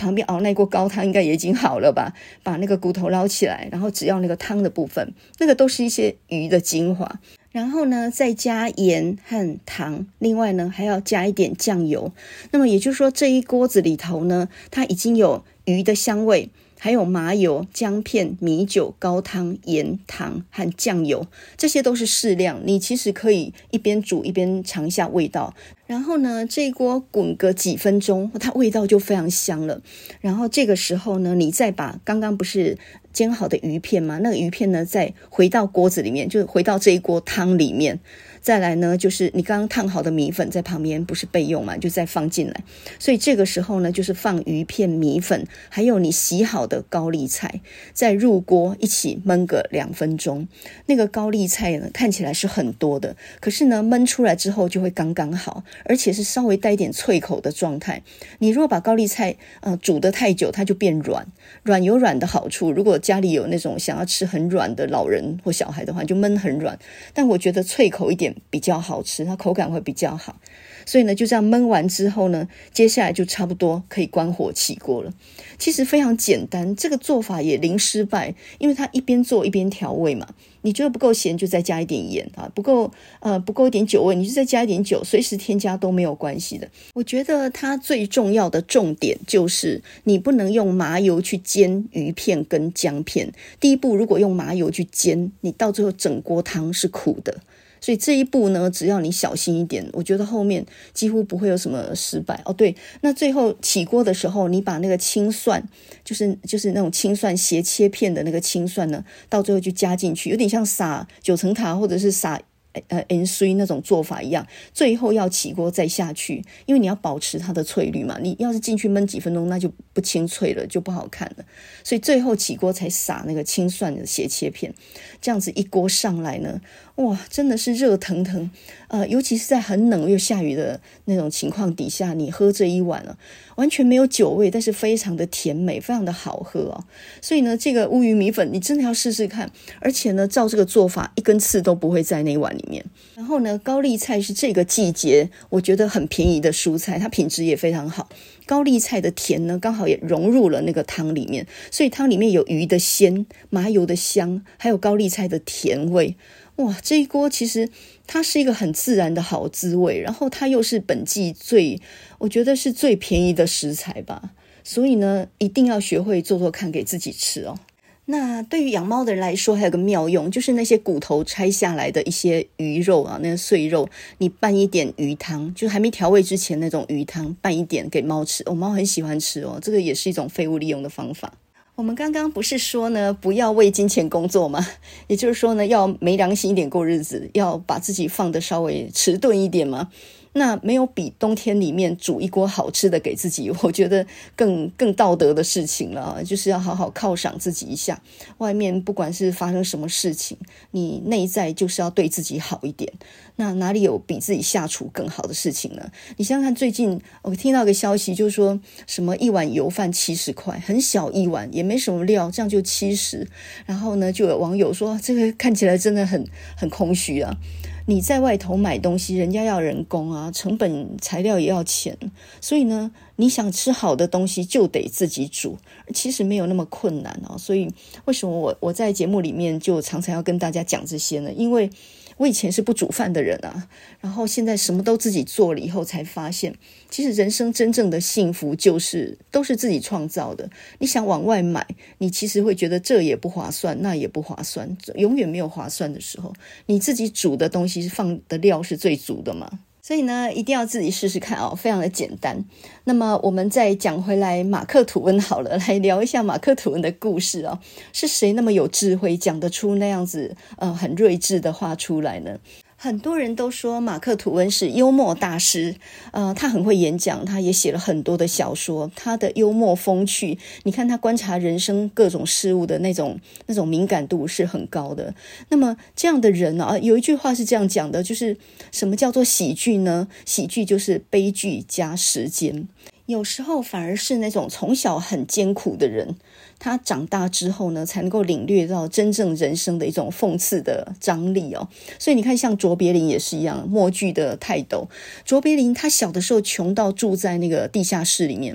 旁边熬那锅高汤应该也已经好了吧，把那个骨头捞起来，然后只要那个汤的部分，那个都是一些鱼的精华，然后呢再加盐和糖，另外呢还要加一点酱油。那么也就是说这一锅子里头呢，它已经有鱼的香味，还有麻油、姜片、米酒、高汤、盐、糖和酱油，这些都是适量，你其实可以一边煮一边尝一下味道。然后呢这一锅滚个几分钟，它味道就非常香了。然后这个时候呢，你再把刚刚不是煎好的鱼片吗？那个鱼片呢再回到锅子里面，就回到这一锅汤里面。再来呢就是你刚刚烫好的米粉在旁边不是备用嘛，就再放进来。所以这个时候呢就是放鱼片、米粉还有你洗好的高丽菜，再入锅一起焖个2分钟。那个高丽菜呢看起来是很多的，可是呢焖出来之后就会刚刚好，而且是稍微带一点脆口的状态。你如果把高丽菜煮得太久，它就变软，软有软的好处，如果家里有那种想要吃很软的老人或小孩的话，就焖很软，但我觉得脆口一点比较好吃，它口感会比较好。所以呢就这样焖完之后呢，接下来就差不多可以关火起锅了。其实非常简单，这个做法也零失败，因为它一边做一边调味嘛。你觉得不够咸就再加一点盐啊，不够一点酒味你就再加一点酒，随时添加都没有关系的。我觉得它最重要的重点就是你不能用麻油去煎鱼片跟姜片。第一步如果用麻油去煎，你到最后整锅汤是苦的。所以这一步呢只要你小心一点，我觉得后面几乎不会有什么失败。对，那最后起锅的时候，你把那个青蒜，就是那种青蒜斜切片的那个青蒜呢，到最后就加进去，有点像撒九层塔或者是撒盐水那种做法一样，最后要起锅再下去，因为你要保持它的翠绿嘛，你要是进去焖几分钟那就不清脆了，就不好看了。所以最后起锅才撒那个青蒜的斜切片，这样子一锅上来呢，哇，真的是热腾腾。尤其是在很冷又下雨的那种情况底下，你喝这一碗完全没有酒味，但是非常的甜美，非常的好喝所以呢这个乌鱼米粉你真的要试试看，而且呢照这个做法一根刺都不会在那一碗里面。然后呢高丽菜是这个季节我觉得很便宜的蔬菜，它品质也非常好，高丽菜的甜呢刚好也融入了那个汤里面，所以汤里面有鱼的鲜、麻油的香，还有高丽菜的甜味。哇，这一锅其实它是一个很自然的好滋味，然后它又是本季我觉得是最便宜的食材吧，所以呢一定要学会做做看给自己吃那对于养猫的人来说还有个妙用，就是那些骨头拆下来的一些鱼肉那个碎肉，你拌一点鱼汤，就还没调味之前那种鱼汤拌一点给猫吃，猫很喜欢吃这个也是一种废物利用的方法。我们刚刚不是说呢不要为金钱工作吗？也就是说呢要没良心一点过日子，要把自己放得稍微迟钝一点吗？那没有比冬天里面煮一锅好吃的给自己，我觉得更道德的事情了，就是要好好犒赏自己一下。外面不管是发生什么事情，你内在就是要对自己好一点。那哪里有比自己下厨更好的事情呢？你想想看，最近我听到一个消息，就是说什么一碗油饭70块，很小一碗，也没什么料，这样就70。然后呢，就有网友说这个看起来真的很空虚啊。你在外头买东西，人家要人工成本材料也要钱，所以呢你想吃好的东西就得自己煮，其实没有那么困难所以为什么我在节目里面就常常要跟大家讲这些呢？因为我以前是不煮饭的人然后现在什么都自己做了以后才发现，其实人生真正的幸福都是自己创造的。你想往外买，你其实会觉得这也不划算那也不划算，永远没有划算的时候，你自己煮的东西放的料是最足的嘛。所以呢一定要自己试试看非常的简单。那么我们再讲回来马克吐温好了，来聊一下马克吐温的故事是谁那么有智慧讲得出那样子很睿智的话出来呢？很多人都说马克吐温是幽默大师，他很会演讲，他也写了很多的小说，他的幽默风趣，你看他观察人生各种事物的那种敏感度是很高的。那么这样的人有一句话是这样讲的，就是什么叫做喜剧呢？喜剧就是悲剧加时间。有时候反而是那种从小很艰苦的人，他长大之后呢才能够领略到真正人生的一种讽刺的张力所以你看像卓别林也是一样，默剧的泰斗卓别林，他小的时候穷到住在那个地下室里面，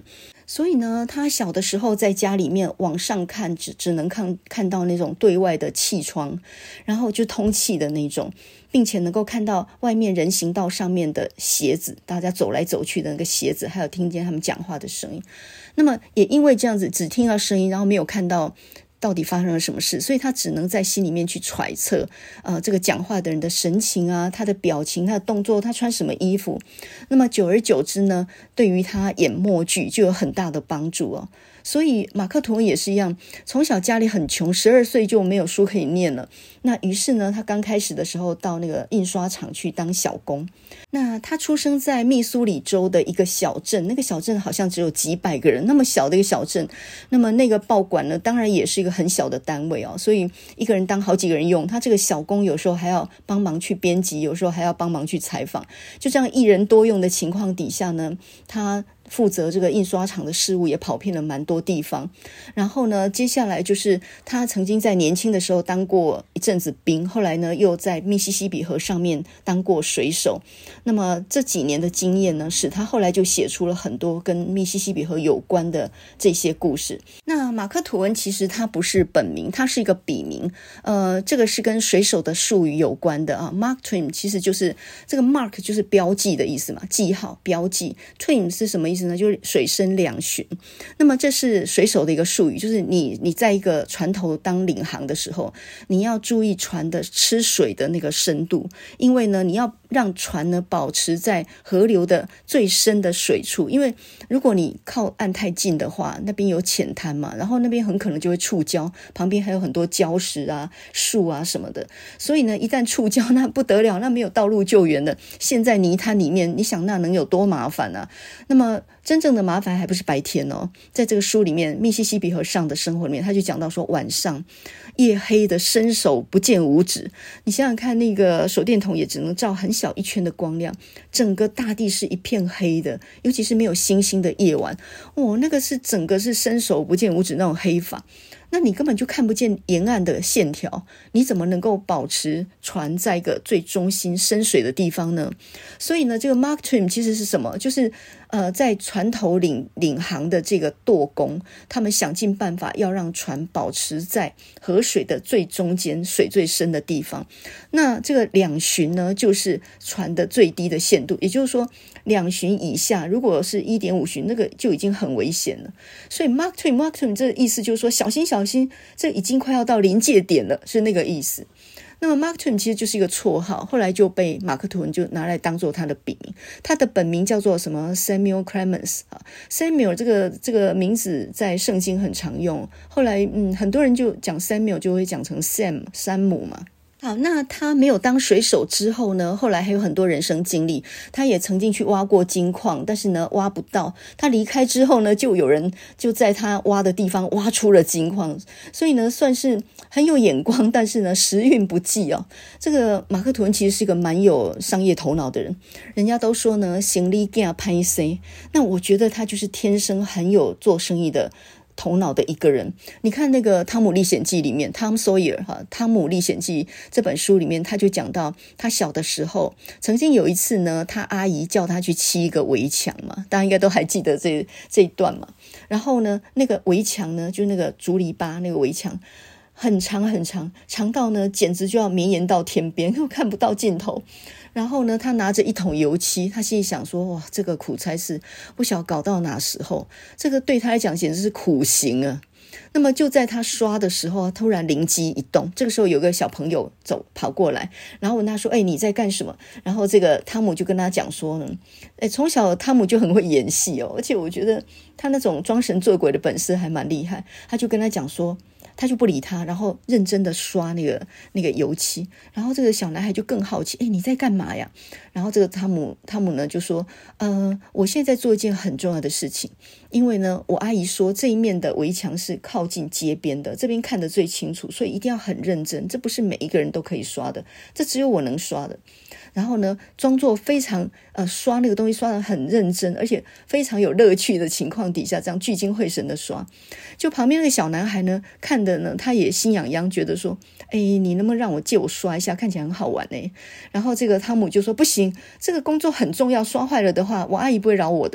所以呢，他小的时候在家里面往上看，只能看到那种对外的气窗，然后就通气的那种，并且能够看到外面人行道上面的鞋子，大家走来走去的那个鞋子，还有听见他们讲话的声音。那么也因为这样子，只听到声音，然后没有看到到底发生了什么事，所以他只能在心里面去揣测这个讲话的人的神情啊，他的表情，他的动作，他穿什么衣服。那么久而久之呢，对于他演默剧就有很大的帮助哦。所以马克吐温也是一样，从小家里很穷，12岁就没有书可以念了。那于是呢，他刚开始的时候到那个印刷厂去当小工。那他出生在密苏里州的一个小镇，那个小镇好像只有几百个人，那么小的一个小镇。那么那个报馆呢，当然也是一个很小的单位哦，所以一个人当好几个人用。他这个小工有时候还要帮忙去编辑，有时候还要帮忙去采访，就这样一人多用的情况底下呢，他负责这个印刷厂的事务，也跑遍了蛮多地方。然后呢，接下来就是他曾经在年轻的时候当过一阵子兵，后来呢又在密西西比河上面当过水手。那么这几年的经验呢，使他后来就写出了很多跟密西西比河有关的这些故事。那马克吐温其实他不是本名，他是一个笔名，这个是跟水手的术语有关的啊。Mark Twain 其实就是这个 mark 就是标记的意思嘛，记号标记。Twain 是什么意思呢？就是水深两旬。那么这是水手的一个术语，就是你在一个船头当领航的时候，你要注意船的吃水的那个深度，因为呢你要让船呢保持在河流的最深的水处，因为如果你靠岸太近的话，那边有浅滩嘛，然后那边很可能就会触礁，旁边还有很多礁石啊树啊什么的，所以呢一旦触礁那不得了，那没有道路救援的，陷在泥滩里面，你想那能有多麻烦啊。那么真正的麻烦还不是白天哦，在这个书里面密西西比河上的生活里面，他就讲到说晚上夜黑的伸手不见五指，你想想看，那个手电筒也只能照很小一圈的光亮，整个大地是一片黑的，尤其是没有星星的夜晚，那个是整个是伸手不见五指那种黑法，那你根本就看不见沿岸的线条，你怎么能够保持船在一个最中心深水的地方呢？所以呢，这个 Mark Twain 其实是什么？就是在船头领航的这个舵工，他们想尽办法要让船保持在河水的最中间，水最深的地方。那这个2旬呢，就是船的最低的限度，也就是说2旬以下，如果是1.5旬，那个就已经很危险了。所以 Mark Twain 这个意思就是说小心小心，这已经快要到临界点了，是那个意思。那么 Mark Twain 其实就是一个绰号，后来就被马克吐温就拿来当做他的笔名。他的本名叫做什么 Samuel Clemens Samuel 这个名字在圣经很常用，后来很多人就讲 Samuel 就会讲成 山姆嘛。好，那他没有当水手之后呢，后来还有很多人生经历，他也曾经去挖过金矿，但是呢挖不到，他离开之后呢，就有人就在他挖的地方挖出了金矿，所以呢算是很有眼光，但是呢时运不济哦。这个马克吐温其实是一个蛮有商业头脑的人，人家都说呢行李怕歹势，那我觉得他就是天生很有做生意的头脑的一个人。你看那个《汤姆历险记》里面 Tom Sawyer 汤姆历险记这本书里面，他就讲到他小的时候曾经有一次呢，他阿姨叫他去砌一个围墙嘛，大家应该都还记得这一段嘛。然后呢那个围墙呢，就是那个竹篱笆那个围墙很长很长，长到呢简直就要绵延到天边，又看不到尽头。然后呢他拿着一桶油漆，他心里想说哇，这个苦差事不晓搞到哪时候，这个对他来讲简直是苦行啊。那么就在他刷的时候，突然灵机一动，这个时候有个小朋友跑过来，然后问他说你在干什么？然后这个汤姆就跟他讲说呢，从小汤姆就很会演戏哦，而且我觉得他那种装神做鬼的本事还蛮厉害。他就跟他讲说，他就不理他，然后认真的刷那个油漆。然后这个小男孩就更好奇，你在干嘛呀？然后这个汤姆呢就说，我现在在做一件很重要的事情，因为呢我阿姨说这一面的围墙是靠近街边的，这边看得最清楚，所以一定要很认真，这不是每一个人都可以刷的，这只有我能刷的。然后呢装作非常刷那个东西刷得很认真，而且非常有乐趣的情况底下，这样聚精会神的刷。就旁边那个小男孩呢看的呢，他也心痒痒，觉得说你能不能让我借我刷一下，看起来很好玩呢。然后这个汤姆就说不行，这个工作很重要，刷坏了的话我阿姨不会饶我的。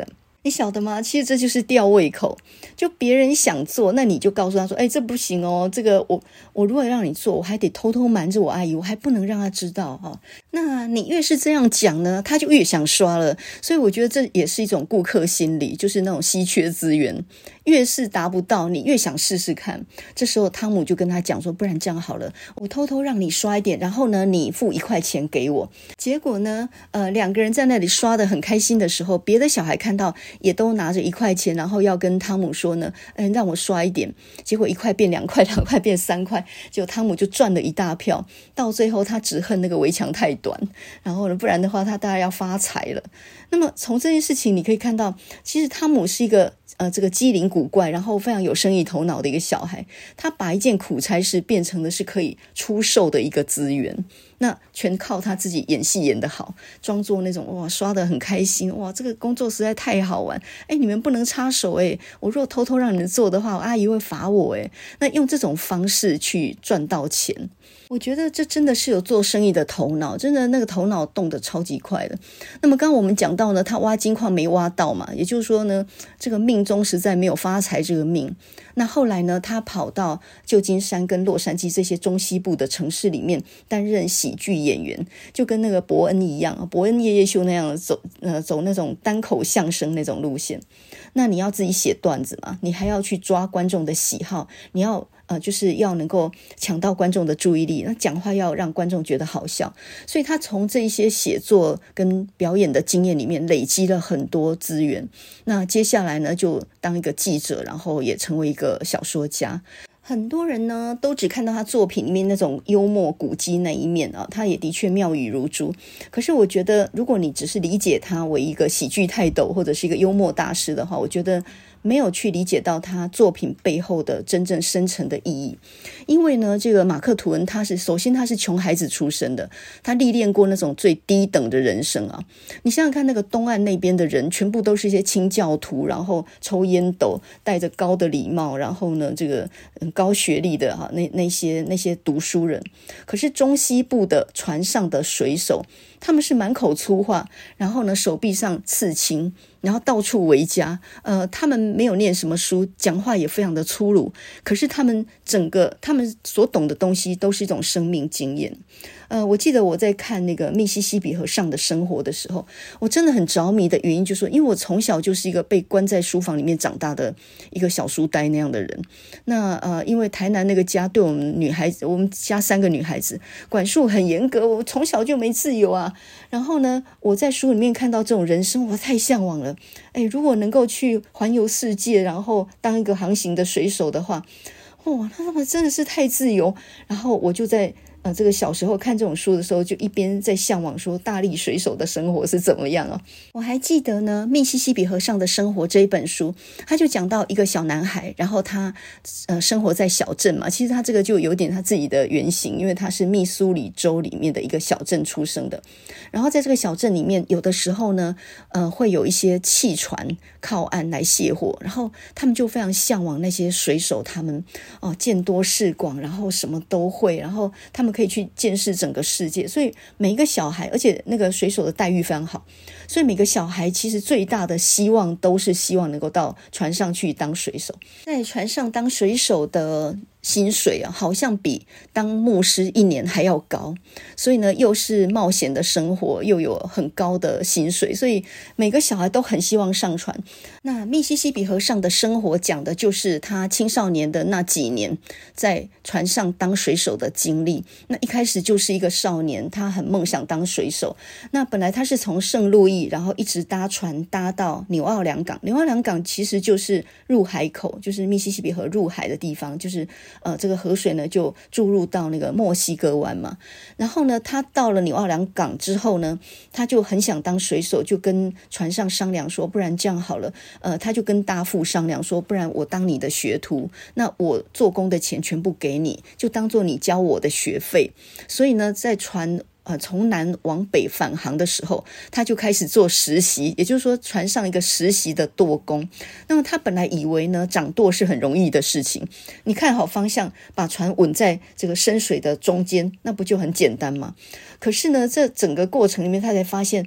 你晓得吗？其实这就是吊胃口，就别人想做，那你就告诉他说，这不行哦，这个我如果让你做，我还得偷偷瞒着我阿姨，我还不能让她知道哈。那你越是这样讲呢，他就越想刷了。所以我觉得这也是一种顾客心理，就是那种稀缺资源，越是达不到，你越想试试看。这时候汤姆就跟他讲说，不然这样好了，我偷偷让你刷一点，然后呢，你付1块钱给我。结果呢，两个人在那里刷得很开心的时候，别的小孩看到也都拿着1块钱，然后要跟汤姆说呢，让我刷一点。结果1块变2块，2块变3块，结果汤姆就赚了一大票。到最后他只恨那个围墙太短，然后呢，不然的话他大概要发财了。那么从这件事情你可以看到，其实汤姆是一个这个机灵古怪，然后非常有生意头脑的一个小孩。他把一件苦差事变成的是可以出售的一个资源，那全靠他自己演戏演得好，装作那种哇刷得很开心，哇这个工作实在太好玩，你们不能插手，我若偷偷让你们做的话，我阿姨会罚我，那用这种方式去赚到钱。我觉得这真的是有做生意的头脑，真的那个头脑动得超级快的。那么刚刚我们讲到呢，他挖金矿没挖到嘛，也就是说呢，这个命中实在没有发财这个命。那后来呢，他跑到旧金山跟洛杉矶这些中西部的城市里面担任喜剧演员，就跟那个伯恩一样，伯恩夜夜秀那样走那种单口相声那种路线。那你要自己写段子嘛，你还要去抓观众的喜好，你要就是要能够抢到观众的注意力，那讲话要让观众觉得好笑。所以他从这一些写作跟表演的经验里面累积了很多资源。那接下来呢，就当一个记者，然后也成为一个小说家。很多人呢都只看到他作品里面那种幽默古迹那一面啊，他也的确妙语如珠。可是我觉得，如果你只是理解他为一个喜剧泰斗或者是一个幽默大师的话，我觉得没有去理解到他作品背后的真正深层的意义。因为呢，这个马克·吐温首先他是穷孩子出身的，他历练过那种最低等的人生啊。你想想看，那个东岸那边的人全部都是一些清教徒，然后抽烟斗，戴着高的礼帽，然后呢这个高学历的那些读书人。可是中西部的船上的水手，他们是满口粗话，然后呢手臂上刺青，然后到处为家，他们没有念什么书，讲话也非常的粗鲁，可是他们所懂的东西都是一种生命经验。我记得我在看那个密西西比河上的生活的时候，我真的很着迷的原因就是说，因为我从小就是一个被关在书房里面长大的一个小书呆那样的人。那因为台南那个家对我们女孩子，我们家3个女孩子管束很严格，我从小就没自由啊。然后呢，我在书里面看到这种人生，我太向往了。如果能够去环游世界，然后当一个航行的水手的话，那么真的是太自由。然后我就在这个小时候看这种书的时候，就一边在向往说大力水手的生活是怎么样。我还记得呢，《密西西比河上的生活》这一本书，他就讲到一个小男孩，然后他生活在小镇嘛，其实他这个就有点他自己的原型，因为他是密苏里州里面的一个小镇出生的。然后在这个小镇里面，有的时候呢会有一些汽船靠岸来卸货，然后他们就非常向往那些水手，他们见多识广，然后什么都会，然后他们可以去见识整个世界。所以每一个小孩，而且那个水手的待遇非常好，所以每个小孩其实最大的希望都是希望能够到船上去当水手。在船上当水手的薪水好像比当牧师1年还要高，所以呢又是冒险的生活，又有很高的薪水，所以每个小孩都很希望上船。那密西西比河上的生活讲的就是他青少年的那几年在船上当水手的经历。那一开始就是一个少年，他很梦想当水手。那本来他是从圣路易，然后一直搭船搭到纽奥良港。纽奥良港其实就是入海口，就是密西西比河入海的地方，就是这个河水呢就注入到那个墨西哥湾嘛。然后呢，他到了纽奥良港之后呢，他就很想当水手，就跟船上商量说，不然这样好了，他就跟大副商量说，不然我当你的学徒，那我做工的钱全部给你，就当做你教我的学费。所以呢，在船从南往北返航的时候，他就开始做实习，也就是说船上一个实习的舵工。那么他本来以为呢，掌舵是很容易的事情，你看好方向，把船稳在这个深水的中间，那不就很简单吗？可是呢，这整个过程里面他才发现，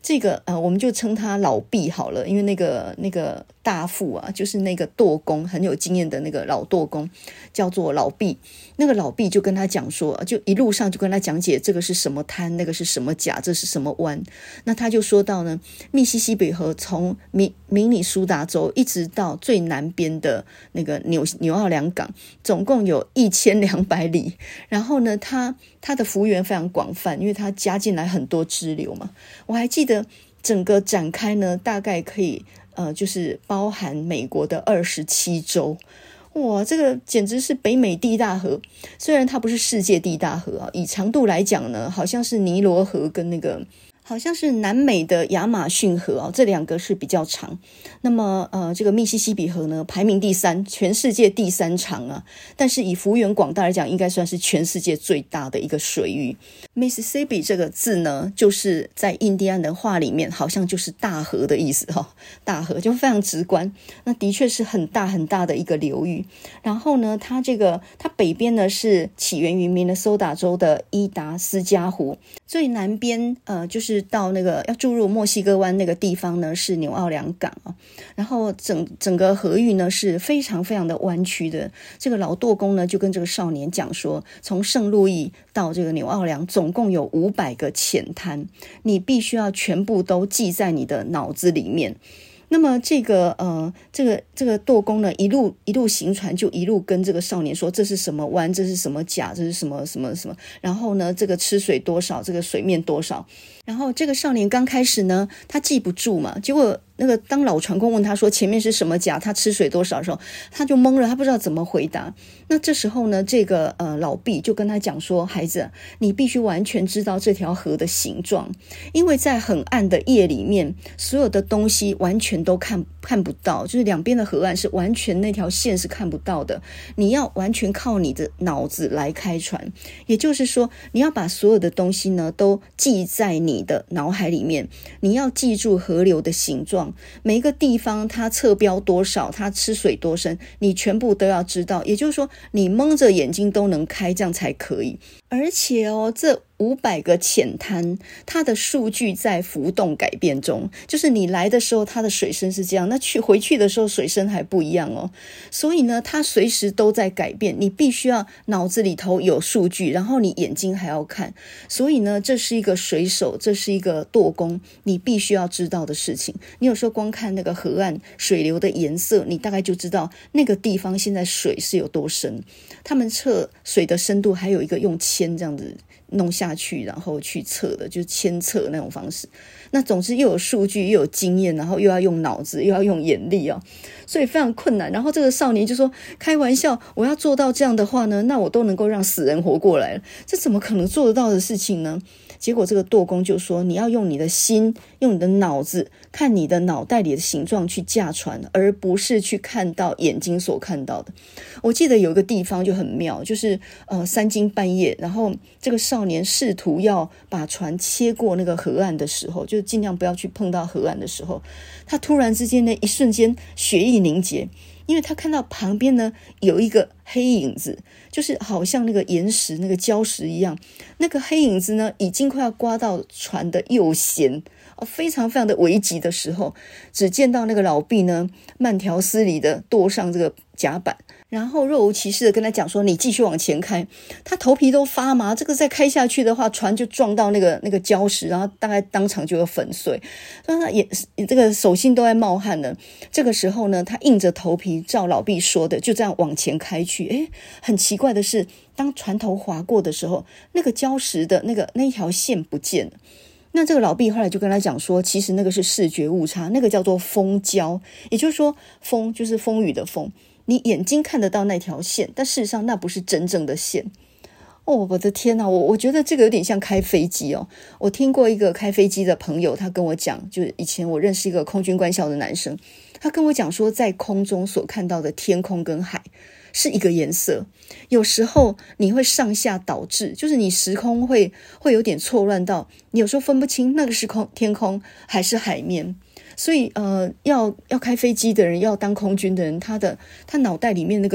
这个我们就称他老毕好了，因为那个大副啊，就是那个舵工很有经验的那个老舵工，叫做老毕。那个老毕就跟他讲说，就一路上就跟他讲解这个是什么滩，那个是什么甲，这是什么湾。那他就说到呢，密西西比河从明尼苏达州一直到最南边的那个纽奥良港，总共有1200里。然后呢，它的幅员非常广泛，因为它加进来很多支流嘛。我还记得整个展开呢，大概可以就是包含美国的27州。哇，这个简直是北美第一大河。虽然它不是世界第一大河啊，以长度来讲呢，好像是尼罗河跟好像是南美的亚马逊河这两个是比较长。那么这个密西西比河呢，排名第3，全世界第3长啊。但是以幅员广大来讲，应该算是全世界最大的一个水域。Mississippi 这个字呢，就是在印第安人话里面好像就是大河的意思大河就非常直观。那的确是很大很大的一个流域。然后呢，它北边呢是起源于明尼苏达州的伊达斯加湖，最南边就是到那个要注入墨西哥湾那个地方呢是纽奥良港然后整个河域呢是非常非常的弯曲的。这个老舵工呢就跟这个少年讲说，从圣路易到这个纽奥良总共有500个浅滩，你必须要全部都记在你的脑子里面。那么这个舵工呢，一路行船，就一路跟这个少年说，这是什么湾，这是什么甲，这是什么什么什么，然后呢，这个吃水多少，这个水面多少。然后这个少年刚开始呢，他记不住嘛，结果那个当老船工问他说前面是什么甲，他吃水多少的时候，他就懵了，他不知道怎么回答。那这时候呢，这个老毕就跟他讲说，孩子，你必须完全知道这条河的形状，因为在很暗的夜里面，所有的东西完全都看不到，就是两边的河岸是完全那条线是看不到的，你要完全靠你的脑子来开船。也就是说，你要把所有的东西呢都记在你的脑海里面，你要记住河流的形状，每一个地方它侧标多少，它吃水多深，你全部都要知道。也就是说，你蒙着眼睛都能开，这样才可以。而且这500个浅滩，它的数据在浮动改变中，就是你来的时候它的水深是这样，那回去的时候水深还不一样所以呢，它随时都在改变，你必须要脑子里头有数据，然后你眼睛还要看。所以呢，这是一个水手，这是一个舵工，你必须要知道的事情。你有时候光看那个河岸水流的颜色，你大概就知道那个地方现在水是有多深。他们测水的深度还有一个用铅这样子弄下去然后去测的，就是铅测那种方式。那总之又有数据又有经验，然后又要用脑子又要用眼力所以非常困难。然后这个少年就说，开玩笑，我要做到这样的话呢，那我都能够让死人活过来了，这怎么可能做得到的事情呢？结果这个舵工就说，你要用你的心，用你的脑子，看你的脑袋里的形状去驾船，而不是去看到眼睛所看到的。我记得有一个地方就很妙，就是3更半夜，然后这个少年试图要把船切过那个河岸的时候，就尽量不要去碰到河岸的时候，他突然之间呢，一瞬间血液凝结，因为他看到旁边呢有一个黑影子，就是好像那个岩石那个礁石一样，那个黑影子呢已经快要刮到船的右舷非常非常的危急的时候，只见到那个老毕呢慢条斯理的跺上这个甲板，然后若无其事的跟他讲说，你继续往前开。他头皮都发麻，这个再开下去的话，船就撞到那个礁石，然后大概当场就有粉碎。他也这个手心都在冒汗了。这个时候呢，他硬着头皮照老毕说的就这样往前开去。很奇怪的是，当船头划过的时候，那个礁石的那条线不见了。那这个老毕后来就跟他讲说，其实那个是视觉误差，那个叫做风礁，也就是说风就是风雨的风，你眼睛看得到那条线，但事实上那不是真正的线。我的天哪，我觉得这个有点像开飞机我听过一个开飞机的朋友，他跟我讲，就是以前我认识一个空军官校的男生，他跟我讲说，在空中所看到的天空跟海是一个颜色，有时候你会上下倒置，就是你时空会有点错乱到你有时候分不清那个是天空还是海面。所以要开飞机的人，要当空军的人，他脑袋里面那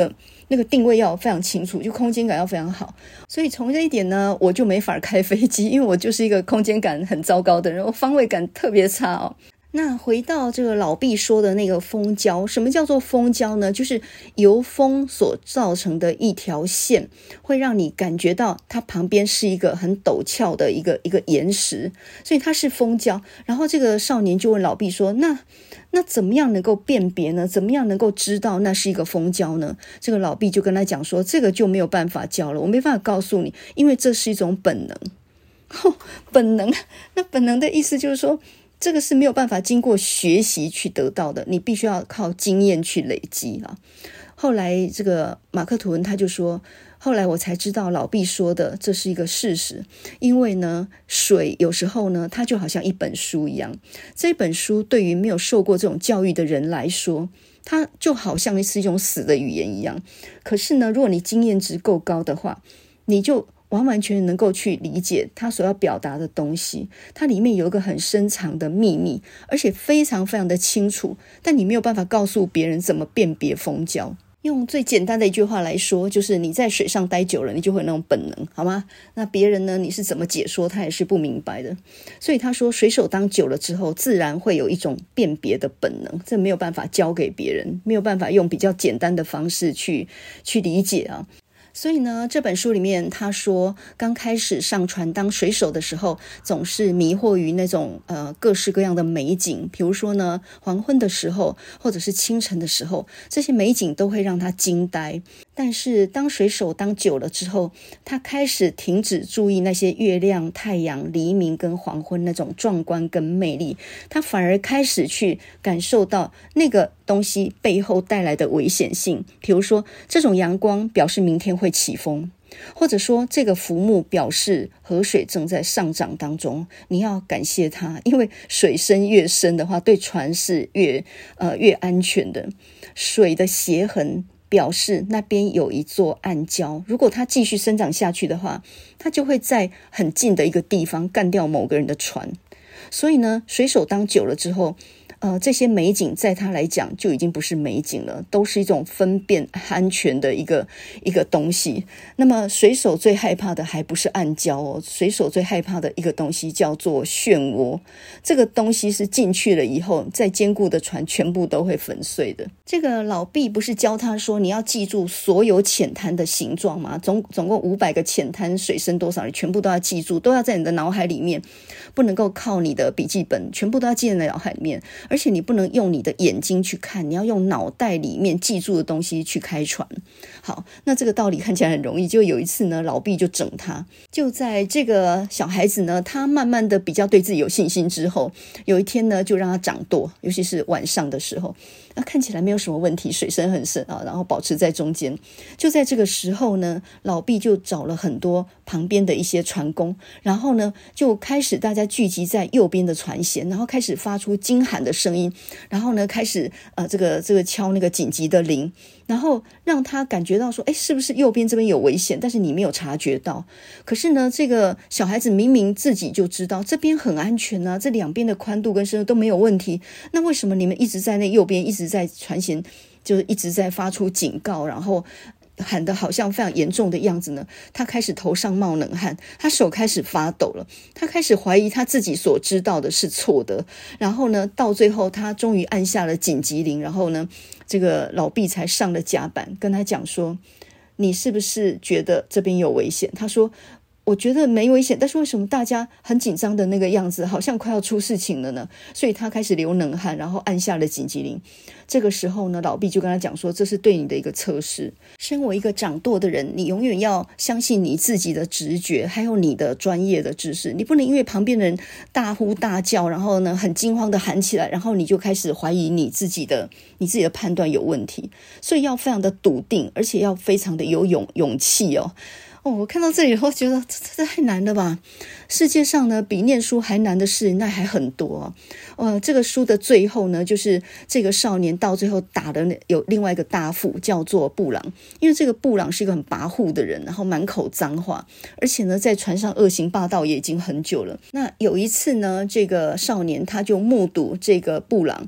那个定位要非常清楚，就空间感要非常好。所以从这一点呢，我就没法开飞机，因为我就是一个空间感很糟糕的人，我方位感特别差哦。那回到这个老毕说的那个风胶，什么叫做风胶呢？就是由风所造成的一条线，会让你感觉到它旁边是一个很陡峭的一个岩石，所以它是风胶。然后这个少年就问老毕说，那怎么样能够辨别呢？怎么样能够知道那是一个风胶呢？这个老毕就跟他讲说，这个就没有办法教了，我没办法告诉你，因为这是一种本能。本能，那本能的意思就是说，这个是没有办法经过学习去得到的，你必须要靠经验去累积啊。后来这个马克吐温他就说，后来我才知道老毕说的这是一个事实，因为呢，水有时候呢，它就好像一本书一样，这本书对于没有受过这种教育的人来说，它就好像是一种死的语言一样。可是呢，如果你经验值够高的话，你就完完全能够去理解他所要表达的东西，它里面有一个很深藏的秘密，而且非常非常的清楚，但你没有办法告诉别人怎么辨别风胶。用最简单的一句话来说，就是你在水上待久了，你就会有那种本能，好吗？那别人呢，你是怎么解说，他也是不明白的。所以他说，水手当久了之后，自然会有一种辨别的本能，这没有办法教给别人，没有办法用比较简单的方式去理解啊。所以呢，这本书里面他说，刚开始上船当水手的时候，总是迷惑于那种各式各样的美景，比如说呢，黄昏的时候，或者是清晨的时候，这些美景都会让他惊呆。但是当水手当久了之后，他开始停止注意那些月亮、太阳、黎明跟黄昏那种壮观跟魅力，他反而开始去感受到那个东西背后带来的危险性。比如说，这种阳光表示明天会起风，或者说这个浮木表示河水正在上涨当中，你要感谢它，因为水深越深的话，对船是越安全的。水的斜痕表示那边有一座暗礁，如果它继续生长下去的话，它就会在很近的一个地方干掉某个人的船。所以呢，水手当久了之后，这些美景在他来讲就已经不是美景了，都是一种分辨安全的一个东西。那么水手最害怕的还不是暗礁哦，水手最害怕的一个东西叫做漩涡。这个东西是进去了以后，再坚固的船全部都会粉碎的。这个老毕不是教他说你要记住所有浅滩的形状吗？总共500个浅滩，水深多少你全部都要记住，都要在你的脑海里面，不能够靠你的笔记本，全部都要记在你的脑海里面。而且你不能用你的眼睛去看，你要用脑袋里面记住的东西去开船。好，那这个道理看起来很容易。就有一次呢，老毕就整他，就在这个小孩子呢，他慢慢的比较对自己有信心之后，有一天呢，就让他掌舵，尤其是晚上的时候，看起来没有什么问题，水深很深啊，然后保持在中间。就在这个时候呢，老毕就找了很多旁边的一些船工，然后呢，就开始大家聚集在右边的船舷，然后开始发出惊喊的声音，然后呢，开始这个敲那个紧急的铃，然后让他感觉到说，是不是右边这边有危险？但是你没有察觉到。可是呢，这个小孩子明明自己就知道这边很安全啊，这两边的宽度跟深度都没有问题，那为什么你们一直在那右边，一直在船舷，就是一直在发出警告，然后喊得好像非常严重的样子呢？他开始头上冒冷汗，他手开始发抖了，他开始怀疑他自己所知道的是错的。然后呢，到最后他终于按下了紧急铃，然后呢，这个老毕才上了甲板，跟他讲说，你是不是觉得这边有危险？他说，我觉得没危险，但是为什么大家很紧张的那个样子，好像快要出事情了呢？所以他开始流冷汗，然后按下了紧急铃。这个时候呢，老毕就跟他讲说，这是对你的一个测试。身为一个掌舵的人，你永远要相信你自己的直觉，还有你的专业的知识。你不能因为旁边的人大呼大叫，然后呢很惊慌的喊起来，然后你就开始怀疑你自己的判断有问题。所以要非常的笃定，而且要非常的有勇气哦。我看到这里以后觉得这太难了吧。世界上呢，比念书还难的事那还很多这个书的最后呢，就是这个少年到最后打了有另外一个大副叫做布朗，因为这个布朗是一个很跋扈的人，然后满口脏话，而且呢在船上恶行霸道也已经很久了。那有一次呢，这个少年他就目睹这个布朗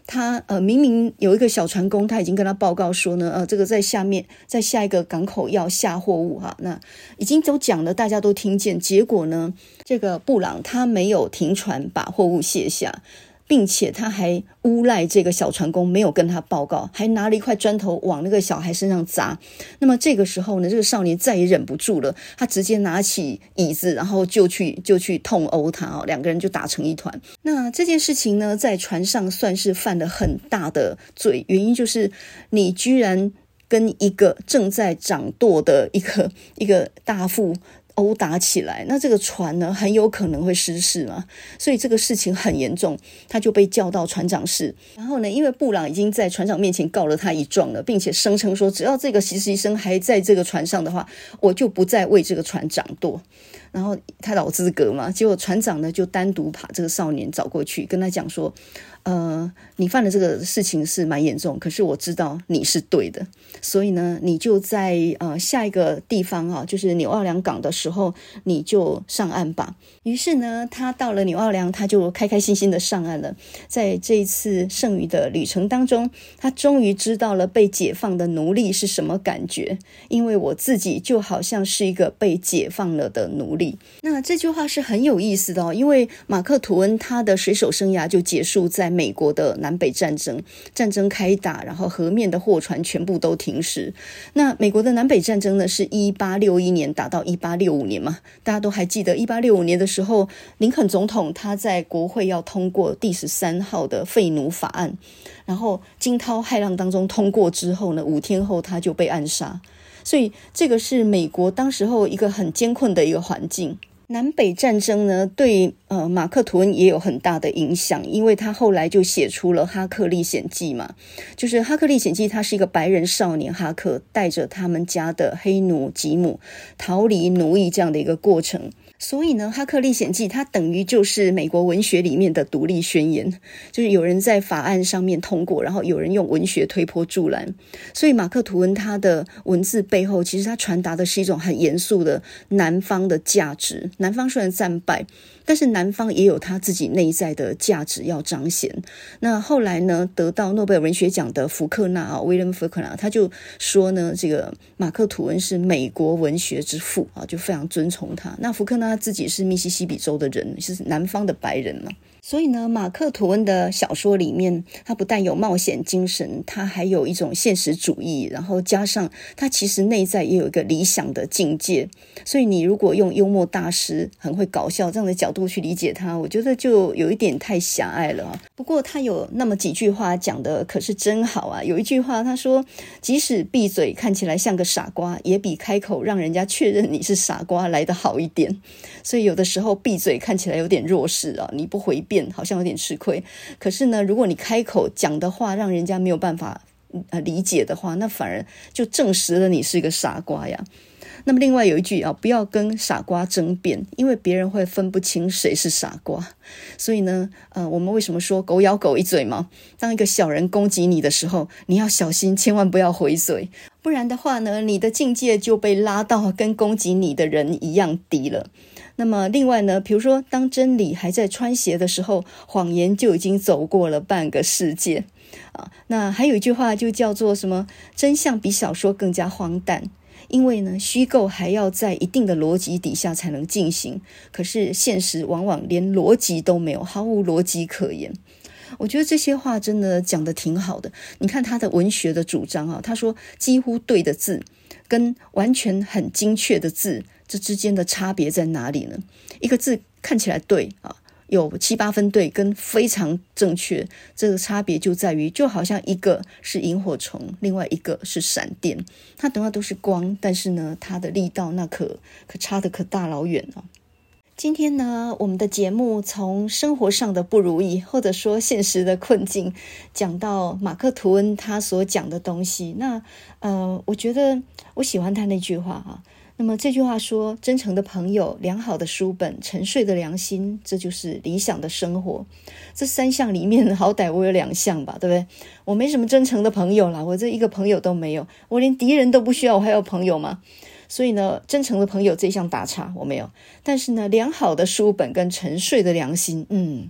他明明有一个小船工，他已经跟他报告说呢，这个在下面，在下一个港口要下货物哈，那已经都讲了，大家都听见。结果呢，这个布朗他没有停船把货物卸下，并且他还诬赖这个小船工没有跟他报告，还拿了一块砖头往那个小孩身上砸。那么这个时候呢，这个少年再也忍不住了，他直接拿起椅子，然后就去痛殴他两个人就打成一团。那这件事情呢，在船上算是犯了很大的罪，原因就是你居然跟一个正在掌舵的一个大副殴打起来，那这个船呢很有可能会失事嘛，所以这个事情很严重，他就被叫到船长室。然后呢，因为布朗已经在船长面前告了他一状了，并且声称说，只要这个实习生还在这个船上的话，我就不再为这个船掌舵。然后他老资格嘛，结果船长呢就单独把这个少年找过去，跟他讲说，你犯的这个事情是蛮严重，可是我知道你是对的，所以呢，你就在下一个地方啊，就是纽奥良港的时候，你就上岸吧。于是呢，他到了纽奥良，他就开开心心的上岸了。在这一次剩余的旅程当中，他终于知道了被解放的奴隶是什么感觉，因为我自己就好像是一个被解放了的奴隶。那这句话是很有意思的因为马克·吐温他的水手生涯就结束在美国的南北战争，战争开打，然后河面的货船全部都停驶。那美国的南北战争呢，是1861年打到1865年嘛，大家都还记得1865年的时候，林肯总统他在国会要通过第13号的废奴法案，然后惊涛骇浪当中通过之后呢，5天后他就被暗杀。所以这个是美国当时候一个很艰困的一个环境。南北战争呢，对马克·吐温也有很大的影响，因为他后来就写出了《哈克历险记》嘛，就是《哈克历险记》，他是一个白人少年哈克带着他们家的黑奴吉姆逃离奴役这样的一个过程。所以呢，《哈克历险记》它等于就是美国文学里面的独立宣言，就是有人在法案上面通过，然后有人用文学推波助澜。所以马克·吐温他的文字背后，其实他传达的是一种很严肃的南方的价值。南方虽然战败，但是南方也有他自己内在的价值要彰显。那后来呢，得到诺贝尔文学奖的福克纳威廉·福克纳，他就说呢，这个马克·吐温是美国文学之父就非常尊崇他。那福克纳他自己是密西西比州的人，是南方的白人嘛。所以呢，马克·吐温的小说里面，他不但有冒险精神，他还有一种现实主义，然后加上他其实内在也有一个理想的境界。所以你如果用幽默大师很会搞笑这样的角度去理解他，我觉得就有一点太狭隘了。不过他有那么几句话讲的可是真好啊。有一句话他说，即使闭嘴看起来像个傻瓜，也比开口让人家确认你是傻瓜来得好一点。所以有的时候闭嘴看起来有点弱势你不回辩好像有点吃亏，可是呢，如果你开口讲的话让人家没有办法理解的话，那反而就证实了你是一个傻瓜呀。那么另外有一句不要跟傻瓜争辩，因为别人会分不清谁是傻瓜。所以呢我们为什么说狗咬狗一嘴嘛？当一个小人攻击你的时候，你要小心，千万不要回嘴，不然的话呢，你的境界就被拉到跟攻击你的人一样低了。那么另外呢，比如说当真理还在穿鞋的时候，谎言就已经走过了半个世界那还有一句话就叫做什么，真相比小说更加荒诞，因为呢，虚构还要在一定的逻辑底下才能进行，可是现实往往连逻辑都没有，毫无逻辑可言。我觉得这些话真的讲得挺好的。你看他的文学的主张他说几乎对的字跟完全很精确的字，这之间的差别在哪里呢？一个字看起来对有7、8分对，跟非常正确，这个差别就在于，就好像一个是萤火虫，另外一个是闪电，它同样都是光，但是呢，它的力道那可差得可大老远今天呢，我们的节目从生活上的不如意，或者说现实的困境，讲到马克·吐温他所讲的东西。那我觉得我喜欢他那句话那么这句话说，真诚的朋友、良好的书本、沉睡的良心，这就是理想的生活。这3项里面好歹我有2项吧，对不对？我没什么真诚的朋友啦，我这一个朋友都没有，我连敌人都不需要，我还有朋友吗？所以呢，真诚的朋友这一项打叉我没有，但是呢，良好的书本跟沉睡的良心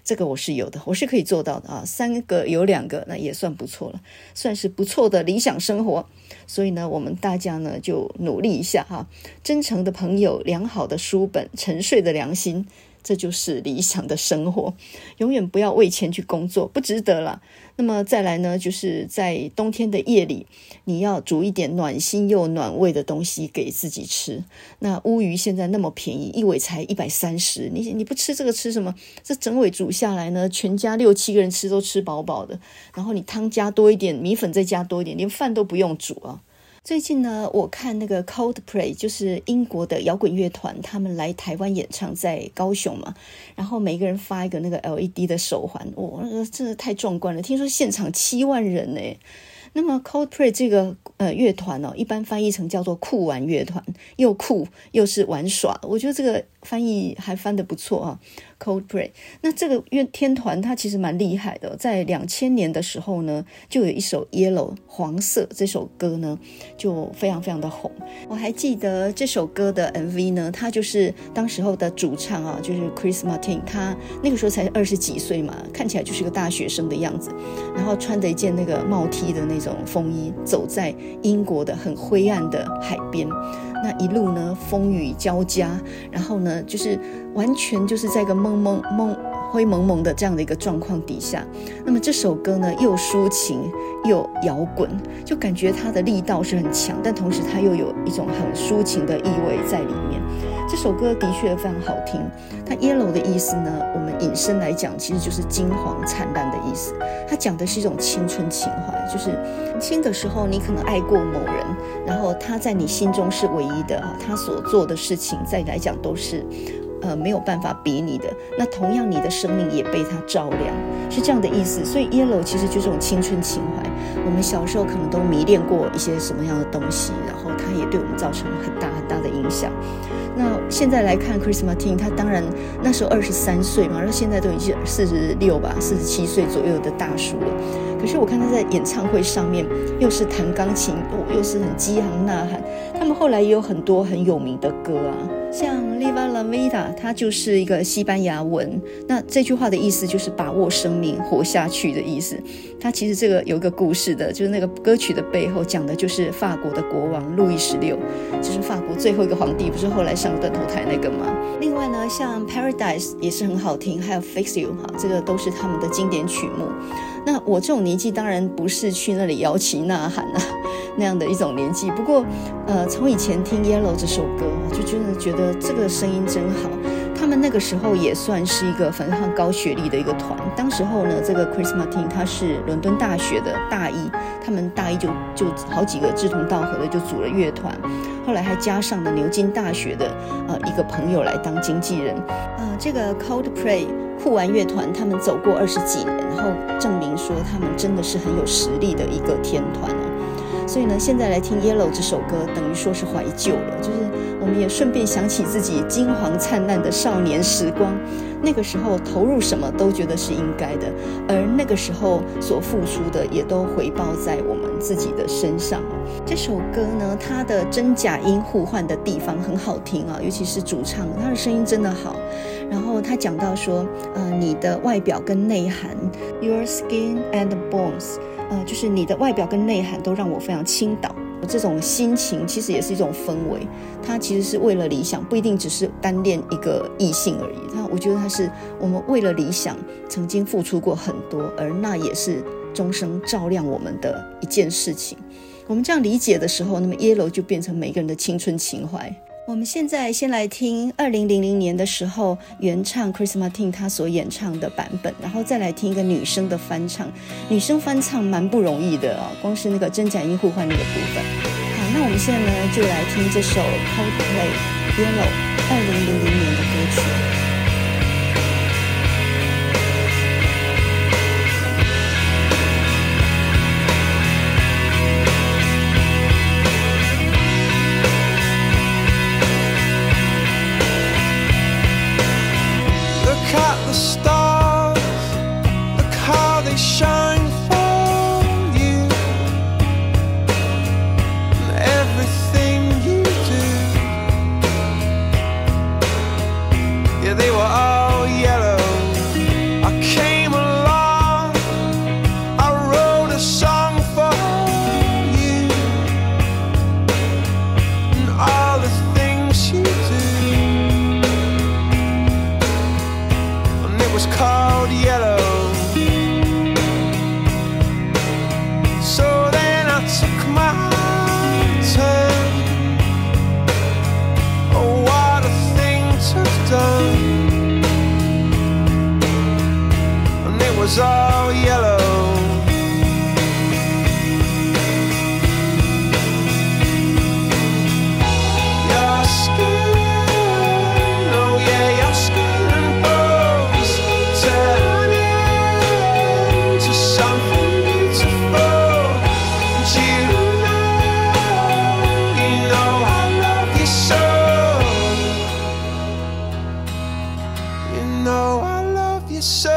这个我是有的，我是可以做到的啊，3个有2个那也算不错了，算是不错的理想生活。所以呢，我们大家呢就努力一下哈，真诚的朋友，良好的书本，沉睡的良心，这就是理想的生活。永远不要为钱去工作，不值得啦。那么再来呢，就是在冬天的夜里，你要煮一点暖心又暖胃的东西给自己吃。那乌鱼现在那么便宜，一尾才130，你不吃这个吃什么？这整尾煮下来呢，全家6、7个人吃都吃饱饱的。然后你汤加多一点，米粉再加多一点，连饭都不用煮啊。最近呢，我看那个 Coldplay， 就是英国的摇滚乐团，他们来台湾演唱，在高雄嘛，然后每个人发一个那个 LED 的手环，那个真的太壮观了，听说现场7万人呢。那么 Coldplay 这个乐团一般翻译成叫做酷玩乐团，又酷又是玩耍，我觉得这个翻译还翻得不错啊。Coldplay 那这个天团它其实蛮厉害的，在2000年的时候呢，就有一首 Yellow 黄色这首歌呢就非常非常的红。我还记得这首歌的 MV 呢，他就是当时候的主唱啊，就是 Chris Martin， 他那个时候才20几岁嘛，看起来就是个大学生的样子，然后穿着一件那个帽 T 的那种风衣，走在英国的很灰暗的海边，那一路呢风雨交加，然后呢就是完全就是在一个灰蒙蒙的这样的一个状况底下，那么这首歌呢又抒情又摇滚，就感觉它的力道是很强，但同时它又有一种很抒情的意味在里面。这首歌的确非常好听，它 yellow 的意思呢，我们引申来讲其实就是金黄灿烂的意思，它讲的是一种青春情怀，就是年轻的时候你可能爱过某人，然后他在你心中是唯一的，他所做的事情在你来讲都是没有办法比拟的，那同样你的生命也被它照亮，是这样的意思。所以 yellow 其实就是这种青春情怀，我们小时候可能都迷恋过一些什么样的东西，然后它也对我们造成很大很大的影响。那现在来看 Chris Martin， 他当然那时候23岁嘛，然后现在都已经46吧47岁左右的大叔了，可是我看他在演唱会上面又是弹钢琴，又是很激昂呐喊，他们后来也有很多很有名的歌啊，像 Viva la Vida， 它就是一个西班牙文，那这句话的意思就是把握生命活下去的意思。它其实这个有一个故事的，就是那个歌曲的背后讲的就是法国的国王路易16，就是法国最后一个皇帝，不是后来上断头台那个吗？另外呢，像 Paradise 也是很好听，还有 Fix You， 这个都是他们的经典曲目。那我这种年纪当然不是去那里摇旗呐喊啊那样的一种年纪，不过从以前听 Yellow 这首歌就真的觉得这个声音真好。他们那个时候也算是一个非常高学历的一个团，当时候呢，这个 Chris Martin 他是伦敦大学的大一，他们大一就好几个志同道合的就组了乐团，后来还加上了牛津大学的一个朋友来当经纪人。这个 Coldplay 酷玩乐团他们走过20几年，然后证明说他们真的是很有实力的一个天团哦。所以呢，现在来听 Yellow 这首歌等于说是怀旧了，就是我们也顺便想起自己金黄灿烂的少年时光，那个时候投入什么都觉得是应该的，而那个时候所付出的也都回报在我们自己的身上。这首歌呢，它的真假音互换的地方很好听啊，尤其是主唱，他的声音真的好。然后他讲到说你的外表跟内涵 Your skin and bones，就是你的外表跟内涵都让我非常倾倒。这种心情其实也是一种氛围，它其实是为了理想，不一定只是单恋一个异性而已。我觉得它是我们为了理想曾经付出过很多，而那也是终生照亮我们的一件事情。我们这样理解的时候，那么 Yellow 就变成每个人的青春情怀。我们现在先来听2000年的时候原唱 Chris Martin 他所演唱的版本，然后再来听一个女生的翻唱。女生翻唱蛮不容易的光是那个真假音互换那个部分。好，那我们现在呢就来听这首 Coldplay Yellow 2000年的歌曲。 Stars, look how they shine for you, and everything you do, yeah, was all yellow. Your skin, oh yeah, your skin and bones turn into something beautiful. And you know I love you so. You know I love you so.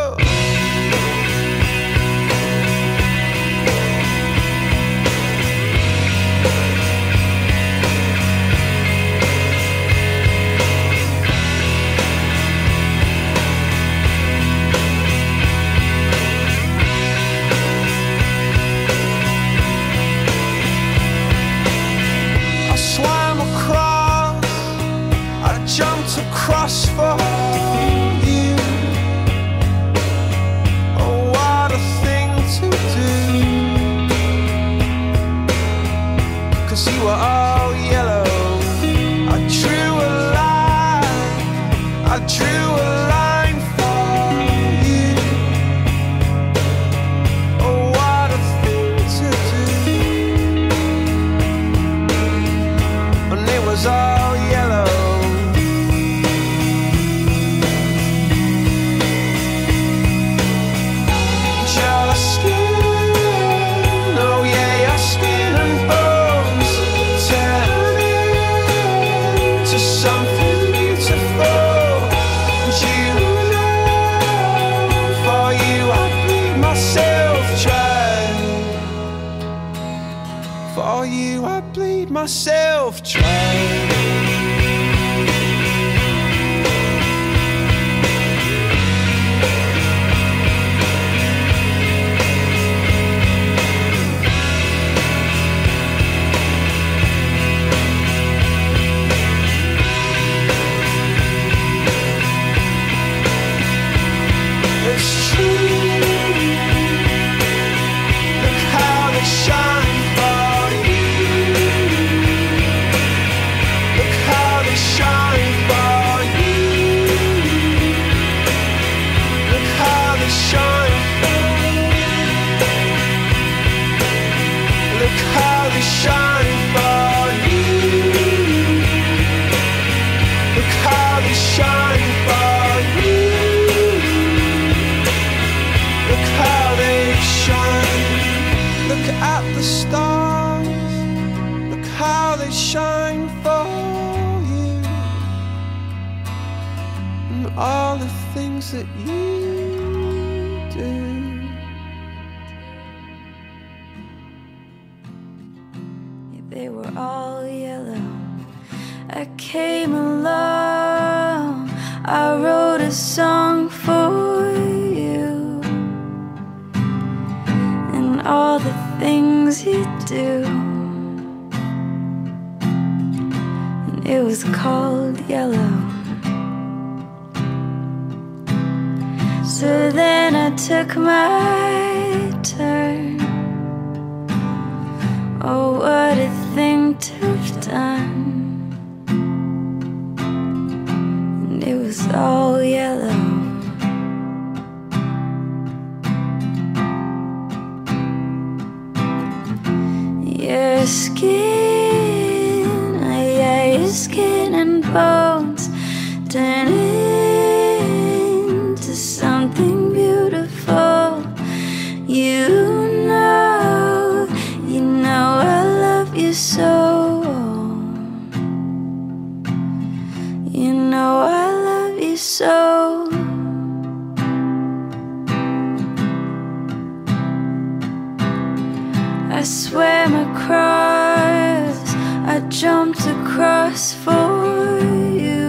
I swam across, I jumped across for you. Oh, what a thing to do. 'Cause you were all yellow. I drew a line, I drew a line for you. Oh, what a thing to do. And it was all yellow. Your skin, oh yeah, your skin and bones turn into something beautiful. And you know, for you I bleed myself dry. For you I bleed myself dry. It's true. Look how they shine for you. Look how they shine for you. Look how they shine for you. Look how they shine for you. Look how they shine for you. Look how they shine. Look at the stars. Look how they shine for you. And all the things that you do. They were all yellow. I came along, I wrote a song for you, and all the things you do. And it was called Yellow. So then I took my turn. Oh, what a thing to have done. And it was all yellow. Your skin, oh yeah, your skin and bones turn into something beautiful. You know I love you so. You know I love you so. I swam across, I jumped across for you.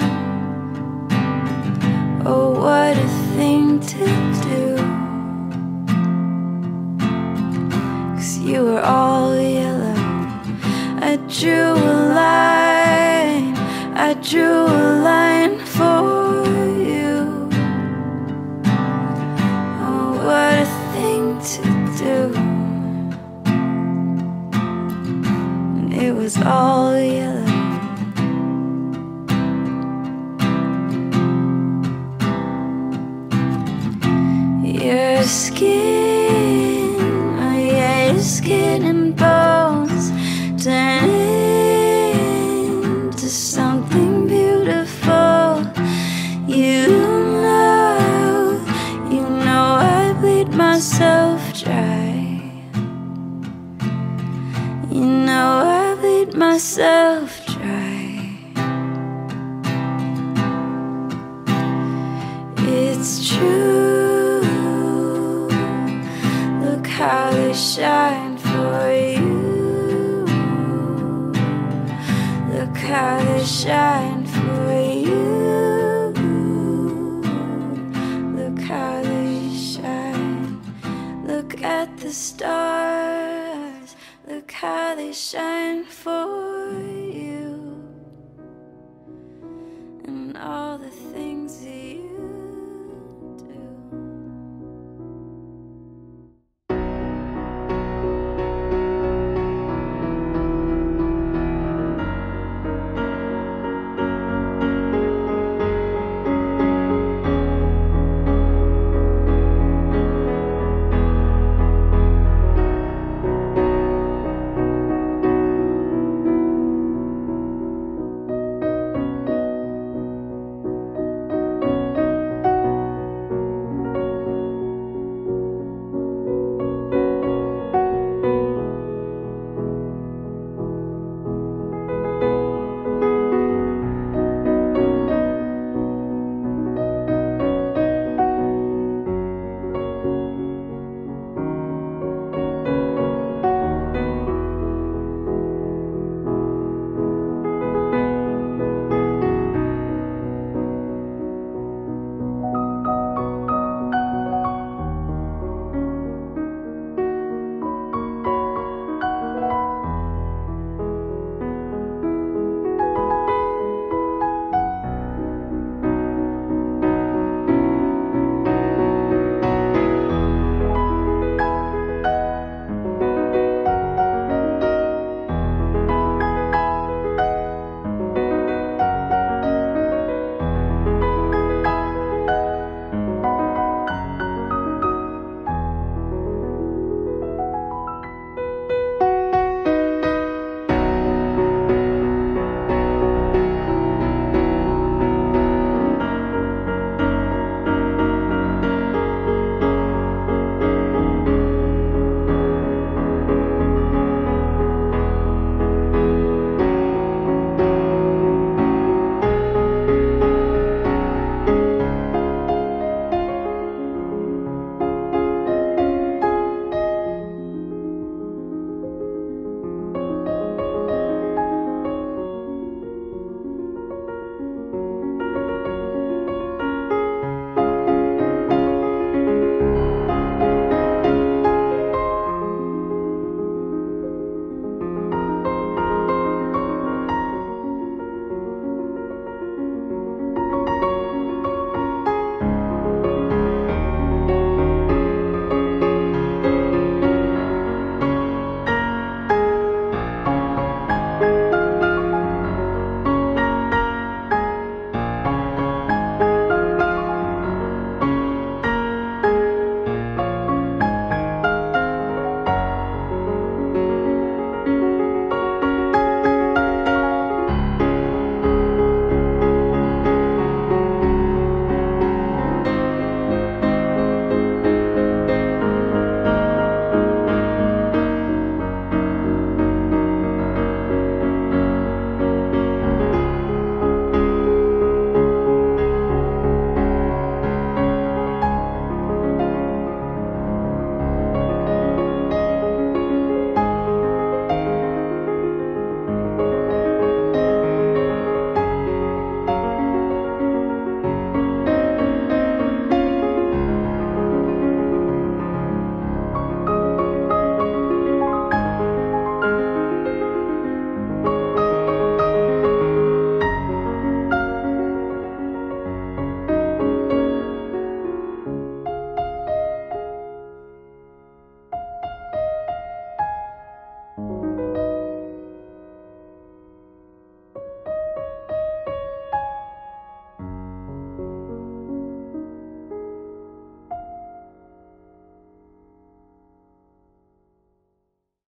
Oh, what a thing to do. 'Cause you were all yellow. I drew a line, I drew a line for you. Oh, what a thing to do. And it was all yellow. skin, oh yeah, your skin and bones turn into something beautiful. You know I bleed myself dry. You know I bleed myself dry. It's true. Look how they shine for you. Look how they shine for you. Look how they shine. Look at the stars. Look how they shine for you.